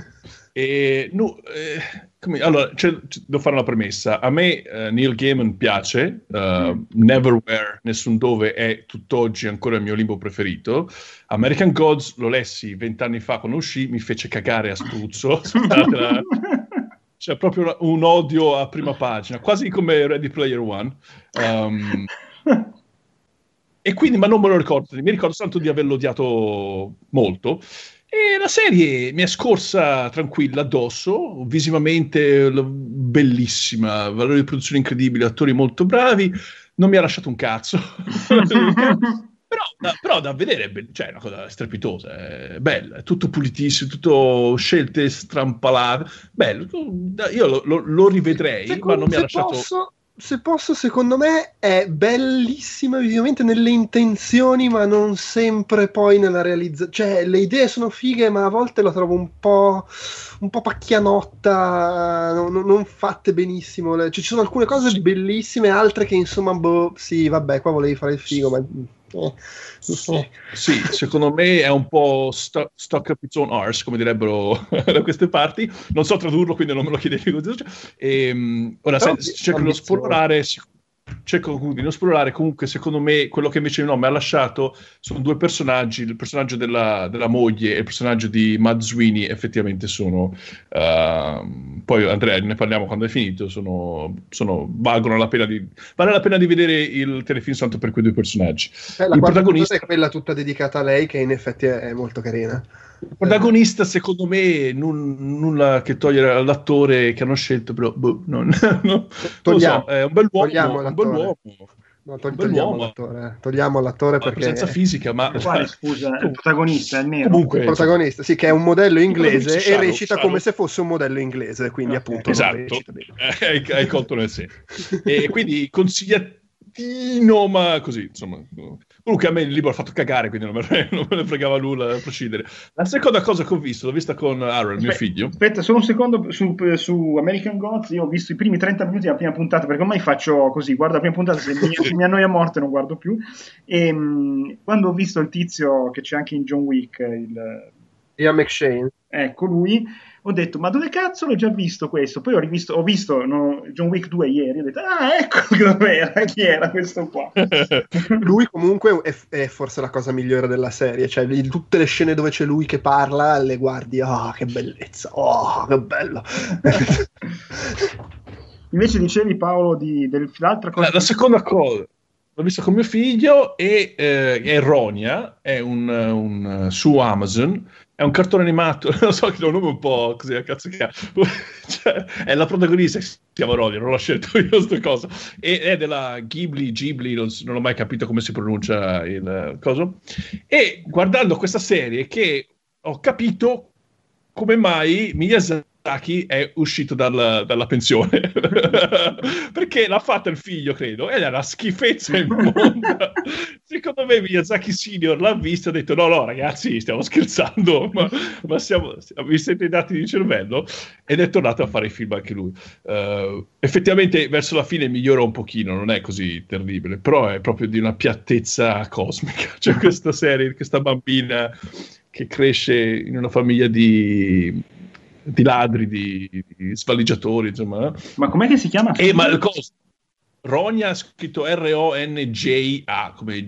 Allora, devo fare una premessa. A me Neil Gaiman piace, Neverwhere, Nessun Dove è tutt'oggi ancora il mio libro preferito. American Gods lo lessi 20 anni fa quando uscì, mi fece cagare a spruzzo. C'è proprio un odio a prima pagina, quasi come Ready Player One. E quindi, ma non me lo ricordo, mi ricordo tanto di averlo odiato molto. E la serie mi è scorsa tranquilla addosso, visivamente bellissima, valori di produzione incredibili, attori molto bravi, non mi ha lasciato un cazzo. Però da vedere cioè, è una cosa strepitosa, è bella, è tutto pulitissimo, tutto scelte strampalate, bello, io lo rivedrei, ma non mi ha lasciato... Se posso, secondo me è bellissima visivamente nelle intenzioni, ma non sempre poi nella realizzazione. Cioè, le idee sono fighe, ma a volte la trovo un po' pacchianotta, non fatte benissimo. Cioè, ci sono alcune cose bellissime, altre che insomma, sì, vabbè, qua volevi fare il figo, ma... Sì, secondo me è un po' stuck up its own arse, come direbbero da queste parti. Non so tradurlo, quindi non me lo chiedevi. Ora cerco di non esplorare. Comunque, secondo me, quello che invece mi ha lasciato sono due personaggi: il personaggio della moglie e il personaggio di Mad Sweeney. Effettivamente sono poi Andrea, ne parliamo quando è finito. Valgono vale la pena di vedere il telefilm soltanto per quei due personaggi. La protagonista è quella tutta dedicata a lei, che in effetti è molto carina. Il protagonista, secondo me, nulla che togliere all'attore che hanno scelto, però non lo so, è un bel uomo. Togliamo l'attore perché... presenza fisica, ma... Quale, scusa, il protagonista, è il nero. Comunque, il protagonista, sì, che è un modello inglese e recita come se fosse un modello inglese, quindi appunto... Esatto, hai colto nel senso. E quindi pochettino, ma così, insomma. Comunque a me il libro ha fatto cagare, quindi non me ne fregava nulla a prescindere. La seconda cosa che ho visto, l'ho vista con Aaron, mio figlio. Aspetta, solo un secondo, su American Gods io ho visto i primi 30 minuti della prima puntata, perché ormai faccio così, guardo la prima puntata, se mi annoia a morte non guardo più. E quando ho visto il tizio che c'è anche in John Wick, Ian McShane, ecco lui, ho detto, ma dove cazzo l'ho già visto questo? Poi ho visto John Wick 2 ieri, ho detto, ecco dov'era, chi era questo qua? Lui comunque è forse la cosa migliore della serie, cioè tutte le scene dove c'è lui che parla, le guardi, che bellezza, che bello. Invece dicevi, Paolo, dell'altra cosa... La seconda cosa, l'ho vista con mio figlio, è Erronia, è su Amazon, è un cartone animato, non so che è un nome un po' così, a cazzo che ha. Cioè, è la protagonista, si chiama Ronia, non l'ho scelto io questa cosa, e è della Ghibli, non ho mai capito come si pronuncia il coso, e guardando questa serie che ho capito come mai Miyazaki è uscito dalla pensione perché l'ha fatta il figlio, credo, ed è una schifezza immonda. Secondo me Miyazaki Senior l'ha vista e ha detto no ragazzi, stiamo scherzando, ma vi siete dati di cervello, ed è tornato a fare i film anche lui. Effettivamente verso la fine migliora un pochino, non è così terribile, però è proprio di una piattezza cosmica. C'è questa serie, questa bambina che cresce in una famiglia di ladri, di svaligiatori, insomma. Ma com'è che si chiama? Ma il coso, Ronia, scritto Ronja, come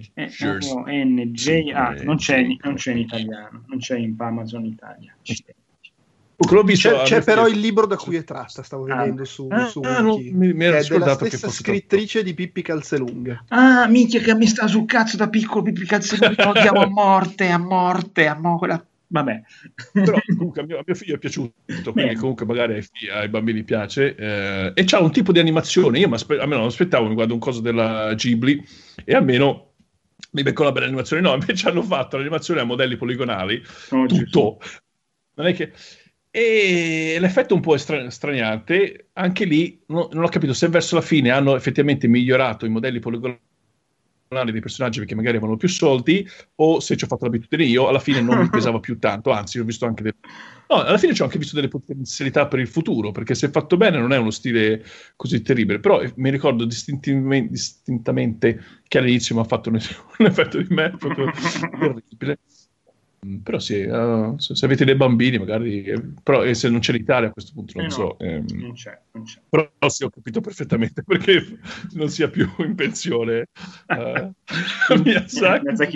Ronja, non c'è in italiano, non c'è in Amazon Italia. L'ho visto, c'è però il libro da cui è tratta, stavo vedendo su Wiki, mi ero che è della scordato stessa scrittrice di Pippi Calzelunghe. Minchia, che mi sta sul cazzo da piccolo Pippi Calzelunghe, lo odiamo a morte, quella... Vabbè. Però comunque a mio figlio è piaciuto, quindi comunque magari ai bambini piace, e c'ha un tipo di animazione, io almeno non aspettavo, mi guardo un coso della Ghibli e almeno mi becco la bella animazione, no, invece hanno fatto l'animazione a modelli poligonali, tutto, non è che... E l'effetto un po' straniante, anche lì non ho capito se verso la fine hanno effettivamente migliorato i modelli poligonali dei personaggi perché magari avevano più soldi, o se ci ho fatto l'abitudine io, alla fine non mi pesava più tanto, anzi ho visto anche alla fine ci ho anche visto delle potenzialità per il futuro, perché se fatto bene non è uno stile così terribile, però mi ricordo distintamente che all'inizio mi ha fatto un effetto di me proprio terribile. Però sì, se avete dei bambini magari, però se non c'è l'Italia a questo punto non so. Non c'è. Però sì, ho capito perfettamente perché non sia più in pensione Miyazaki.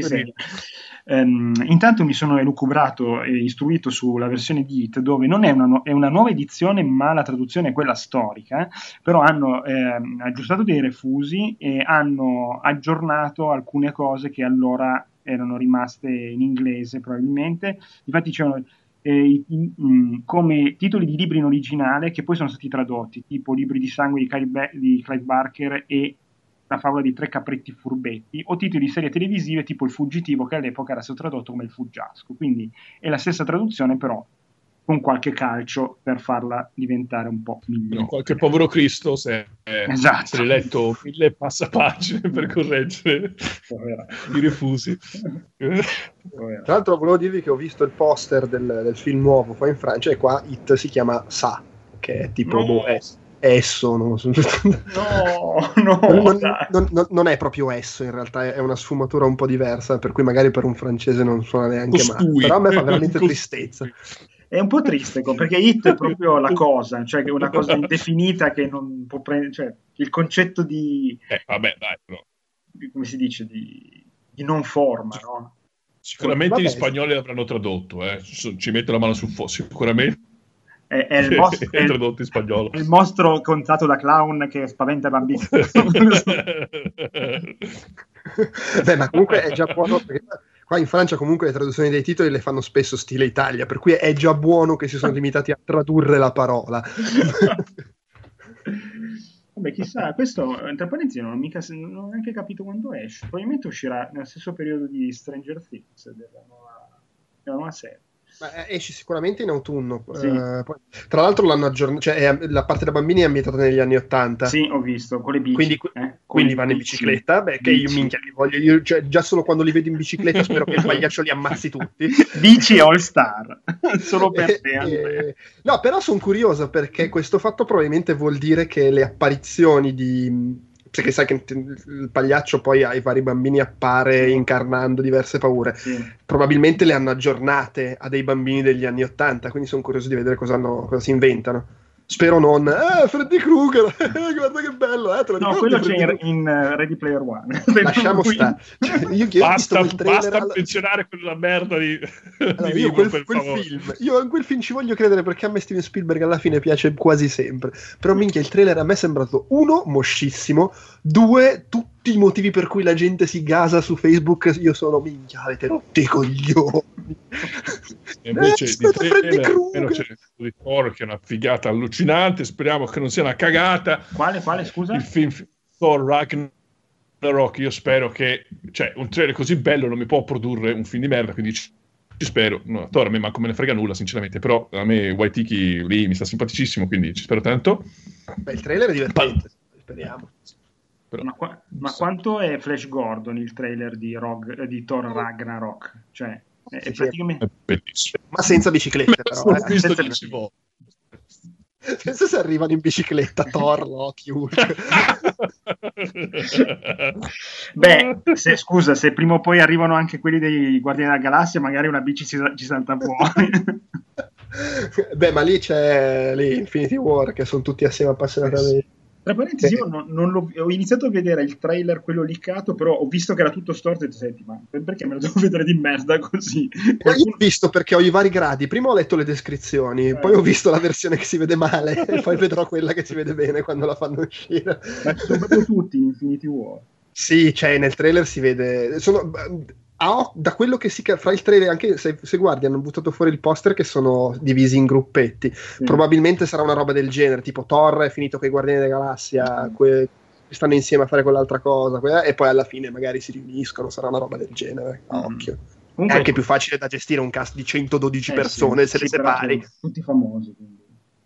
Intanto mi sono elucubrato e istruito sulla versione di It, dove non è una nuova edizione, ma la traduzione è quella storica, però hanno aggiustato dei refusi e hanno aggiornato alcune cose che allora erano rimaste in inglese probabilmente. Infatti c'erano come titoli di libri in originale che poi sono stati tradotti, tipo Libri di sangue di Clive Barker e La favola di tre capretti furbetti, o titoli di serie televisive tipo Il fuggitivo, che all'epoca era stato tradotto come Il fuggiasco. Quindi è la stessa traduzione, però con qualche calcio per farla diventare un po' migliore. Qualche povero Cristo se l'hai letto 1000 passapagine per correggere i refusi. Tra l'altro volevo dirvi che ho visto il poster del film nuovo qua in Francia, e qua It si chiama Sa, che è tipo esso, non so. Non è proprio esso, in realtà è una sfumatura un po' diversa, per cui magari per un francese non suona neanche male, però a me fa veramente tristezza. È un po' triste, perché It è proprio la cosa, cioè che è una cosa indefinita che non può prendere, cioè il concetto di vabbè, dai, no. Come si dice, di non forma, no? Sicuramente gli spagnoli l'avranno tradotto, ci metto la mano sul fuoco, sicuramente è tradotto in spagnolo. È il mostro contato da clown che spaventa i bambini. Beh, ma comunque è già buono, perché qua in Francia comunque le traduzioni dei titoli le fanno spesso stile Italia, per cui è già buono che si sono limitati a tradurre la parola. Vabbè, chissà, questo tra parentesi non ho neanche capito quando esce. Probabilmente uscirà nello stesso periodo di Stranger Things, della nuova serie. Ma esce sicuramente in autunno. Sì. Poi, tra l'altro l'hanno aggiornato, cioè la parte da bambini è ambientata negli anni '80. Sì, ho visto, con le bici. Quindi quindi vanno in bicicletta, che io minchia li voglio, cioè, già solo quando li vedo in bicicletta spero che il pagliaccio li ammazzi tutti. Bici All Star, solo per te. No, però sono curioso perché questo fatto probabilmente vuol dire che le apparizioni perché sai che il pagliaccio poi ai vari bambini appare incarnando diverse paure, probabilmente le hanno aggiornate a dei bambini degli anni '80, quindi sono curioso di vedere cosa si inventano. Spero non Freddy Krueger, guarda che bello, no, quello c'è in Ready Player One. Lasciamo stare. Basta menzionare quella merda di io quel film, io in quel film ci voglio credere perché a me Steven Spielberg alla fine piace quasi sempre, però minchia il trailer a me è sembrato 1 moschissimo, 2 tutti i motivi per cui la gente si gasa su Facebook, io sono minchia avete rotti i coglioni. E invece di trailer c'è di Thor che è una figata allucinante, speriamo che non sia una cagata. Quale scusa? Il film Thor Ragnarok, io spero che, cioè, un trailer così bello non mi può produrre un film di merda, quindi ci spero. No, Thor a me manco me ne frega nulla sinceramente, però a me Waititi lì mi sta simpaticissimo, quindi ci spero tanto. Il trailer è divertente, speriamo. Però, ma quanto è Flash Gordon il trailer di Thor Ragnarok? Cioè è praticamente bellissimo, ma senza biciclette però pensa se arrivano in bicicletta Thor, Loki, Hulk. Scusa, se prima o poi arrivano anche quelli dei Guardiani della Galassia, magari una bici ci salta fuori. Ma lì c'è Infinity War che sono tutti assieme appassionatamente. Tra parentesi, io ho iniziato a vedere il trailer, quello liccato, però ho visto che era tutto storto e ho detto, senti, ma perché me lo devo vedere di merda così? Io ho visto perché ho i vari gradi, prima ho letto le descrizioni, poi ho visto la versione che si vede male e poi vedrò quella che si vede bene quando la fanno uscire. Ma sono proprio tutti in Infinity War. Sì, cioè nel trailer si vede... da quello che fra il trailer, anche se guardi, hanno buttato fuori il poster che sono divisi in gruppetti. Probabilmente sarà una roba del genere, tipo Thor è finito con i Guardiani della Galassia, stanno insieme a fare quell'altra cosa, e poi alla fine magari si riuniscono, sarà una roba del genere. Occhio. È anche più facile da gestire un cast di 112 persone se le separi. Tutti famosi, quindi.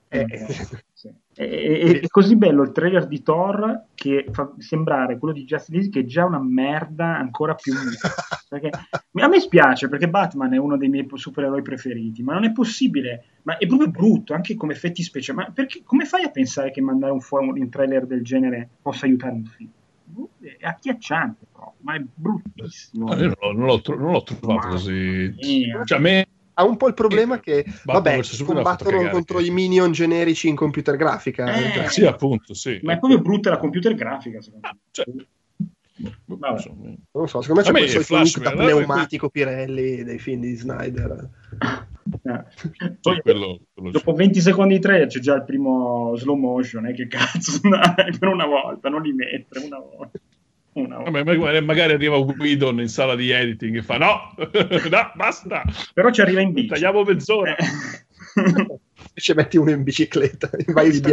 È così bello il trailer di Thor che fa sembrare quello di Justice League che è già una merda ancora più perché a me spiace perché Batman è uno dei miei supereroi preferiti, ma non è possibile, ma è proprio brutto anche come effetti speciali. Ma perché, come fai a pensare che mandare un trailer del genere possa aiutare un film? È agghiacciante proprio, ma è bruttissimo. Io non l'ho trovato così, cioè a me ha un po' il problema che combattono contro i minion generici in computer grafica. Sì, appunto, sì. Ma è proprio brutta la computer grafica, secondo me. Non lo so, secondo me c'è quel solito look da pneumatico Pirelli dei film di Snyder. Poi, dopo 20 secondi di trailer c'è già il primo slow motion, che cazzo, dai, per una volta, non li mettere una volta. Magari arriva Guido in sala di editing e fa no, basta, però ci arriva in bici, tagliamo mezz'ora. E ci metti uno in bicicletta vai di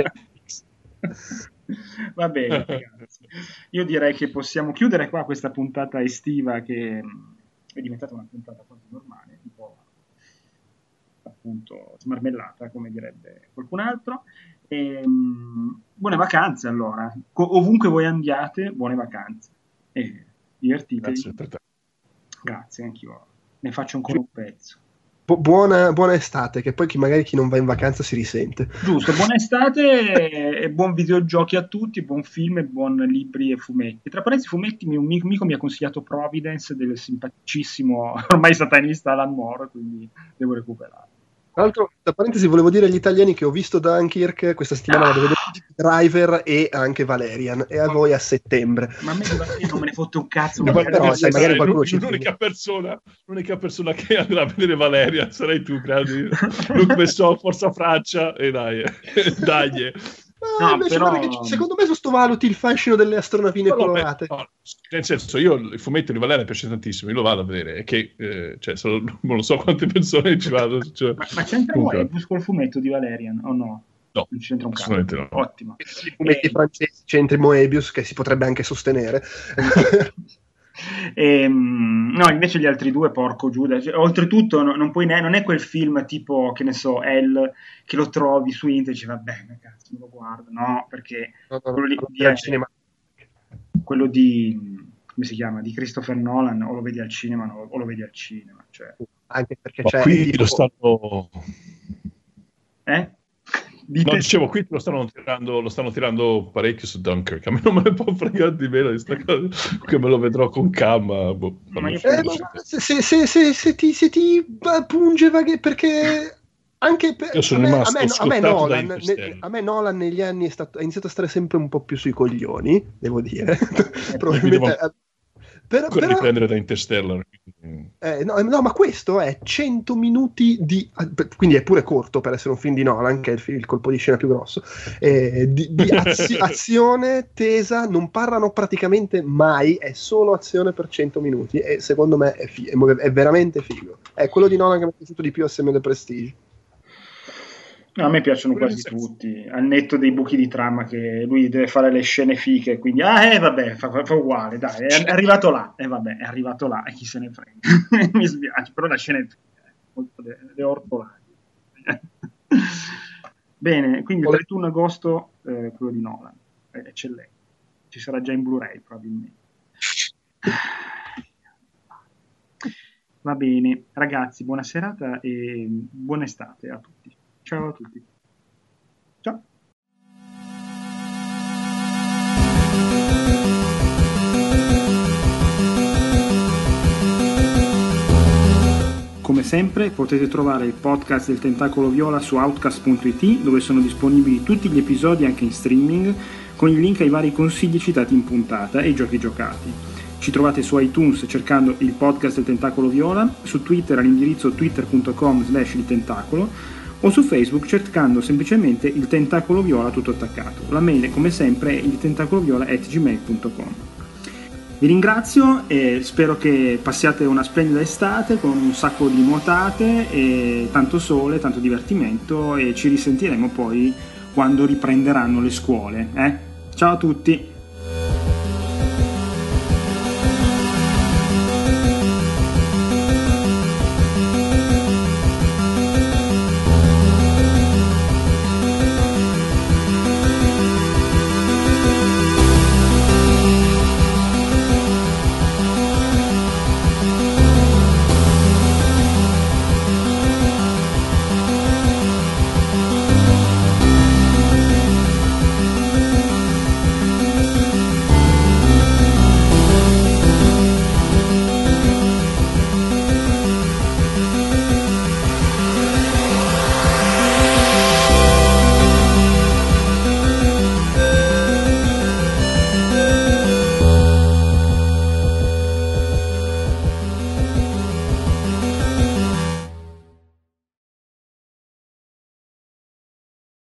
va bene ragazzi, io direi che possiamo chiudere qua questa puntata estiva che è diventata una puntata quasi normale, un po' appunto smarmellata come direbbe qualcun altro. Buone vacanze allora, ovunque voi andiate, buone vacanze e divertitevi. Grazie, anch'io ne faccio ancora un pezzo. Buona estate, che poi magari chi non va in vacanza si risente. Giusto, buona estate e buon videogiochi a tutti, buon film e buon libri e fumetti. Tra parentesi fumetti, un amico mi ha consigliato Providence del simpaticissimo ormai satanista Alan Moore, quindi devo recuperare. Tra l'altro, da parentesi, volevo dire agli italiani che ho visto Dunkirk questa settimana, vado a vedere Driver e anche Valerian, e a voi a settembre. Ma a me di Valerian non me ne fotte un cazzo. Però, sai, magari qualcuno l'unica persona che andrà a vedere Valerian sarai tu, grandi. Luc Besson, forza Francia, e dai. No, però... secondo me sottovaluti il fascino delle astronavine colorate. Nel senso, io il fumetto di Valerian piace tantissimo, io lo vado a vedere, è che non lo so quante persone ci vado. Cioè, ma c'entra Moebius col fumetto di Valerian o no? No, non c'entra un cazzo. No. Ottimo. I fumetti francesi c'entri Moebius, che si potrebbe anche sostenere. No, invece gli altri due, porco Giuda, oltretutto non è quel film tipo, che ne so, Elle, che lo trovi su internet e dici vabbè, cazzo, me lo guardo, no, perché quello lì quello di, come si chiama, di Christopher Nolan, o lo vedi al cinema o lo vedi al cinema, cioè. Anche perché Ma c'è qui tipo... lo stanno... Dite... No, dicevo, qui lo stanno tirando parecchio su Dunkirk. A me non me ne può fregare di meno di sta cosa, che me lo vedrò con calma. Se ti punge perché anche io sono rimasto scottato da Interstellar. A me Nolan negli anni ha iniziato a stare sempre un po' più sui coglioni, devo dire. Probabilmente... Però riprendere da Interstellar. No, ma questo è 100 minuti di... Quindi è pure corto per essere un film di Nolan, che è il colpo di scena più grosso, di azione tesa, non parlano praticamente mai, è solo azione per 100 minuti, e secondo me è veramente figo. È quello di Nolan che mi è piaciuto di più assieme alle Prestige. No, a me piacciono quasi tutti, al netto dei buchi di trama che lui deve fare le scene fiche, quindi vabbè, fa uguale, dai, è arrivato là, vabbè, è arrivato là, e chi se ne frega. Mi spiace, però la scena è figa, molto le ortolane. Bene, quindi il 31 agosto quello di Nolan, è eccellente, ci sarà già in Blu-ray probabilmente. Va bene, ragazzi, buona serata e buona estate a tutti. Ciao a tutti. Ciao. Come sempre potete trovare il podcast del Tentacolo Viola su outcast.it, dove sono disponibili tutti gli episodi anche in streaming, con il link ai vari consigli citati in puntata e i giochi giocati. Ci trovate su iTunes cercando il podcast del Tentacolo Viola, su Twitter all'indirizzo twitter.com/iltentacolo, o su Facebook cercando semplicemente il Tentacolo Viola tutto attaccato. La mail, come sempre, è iltentacoloviola@gmail.com. Vi ringrazio e spero che passiate una splendida estate con un sacco di nuotate e tanto sole, tanto divertimento, e ci risentiremo poi quando riprenderanno le scuole. Ciao a tutti!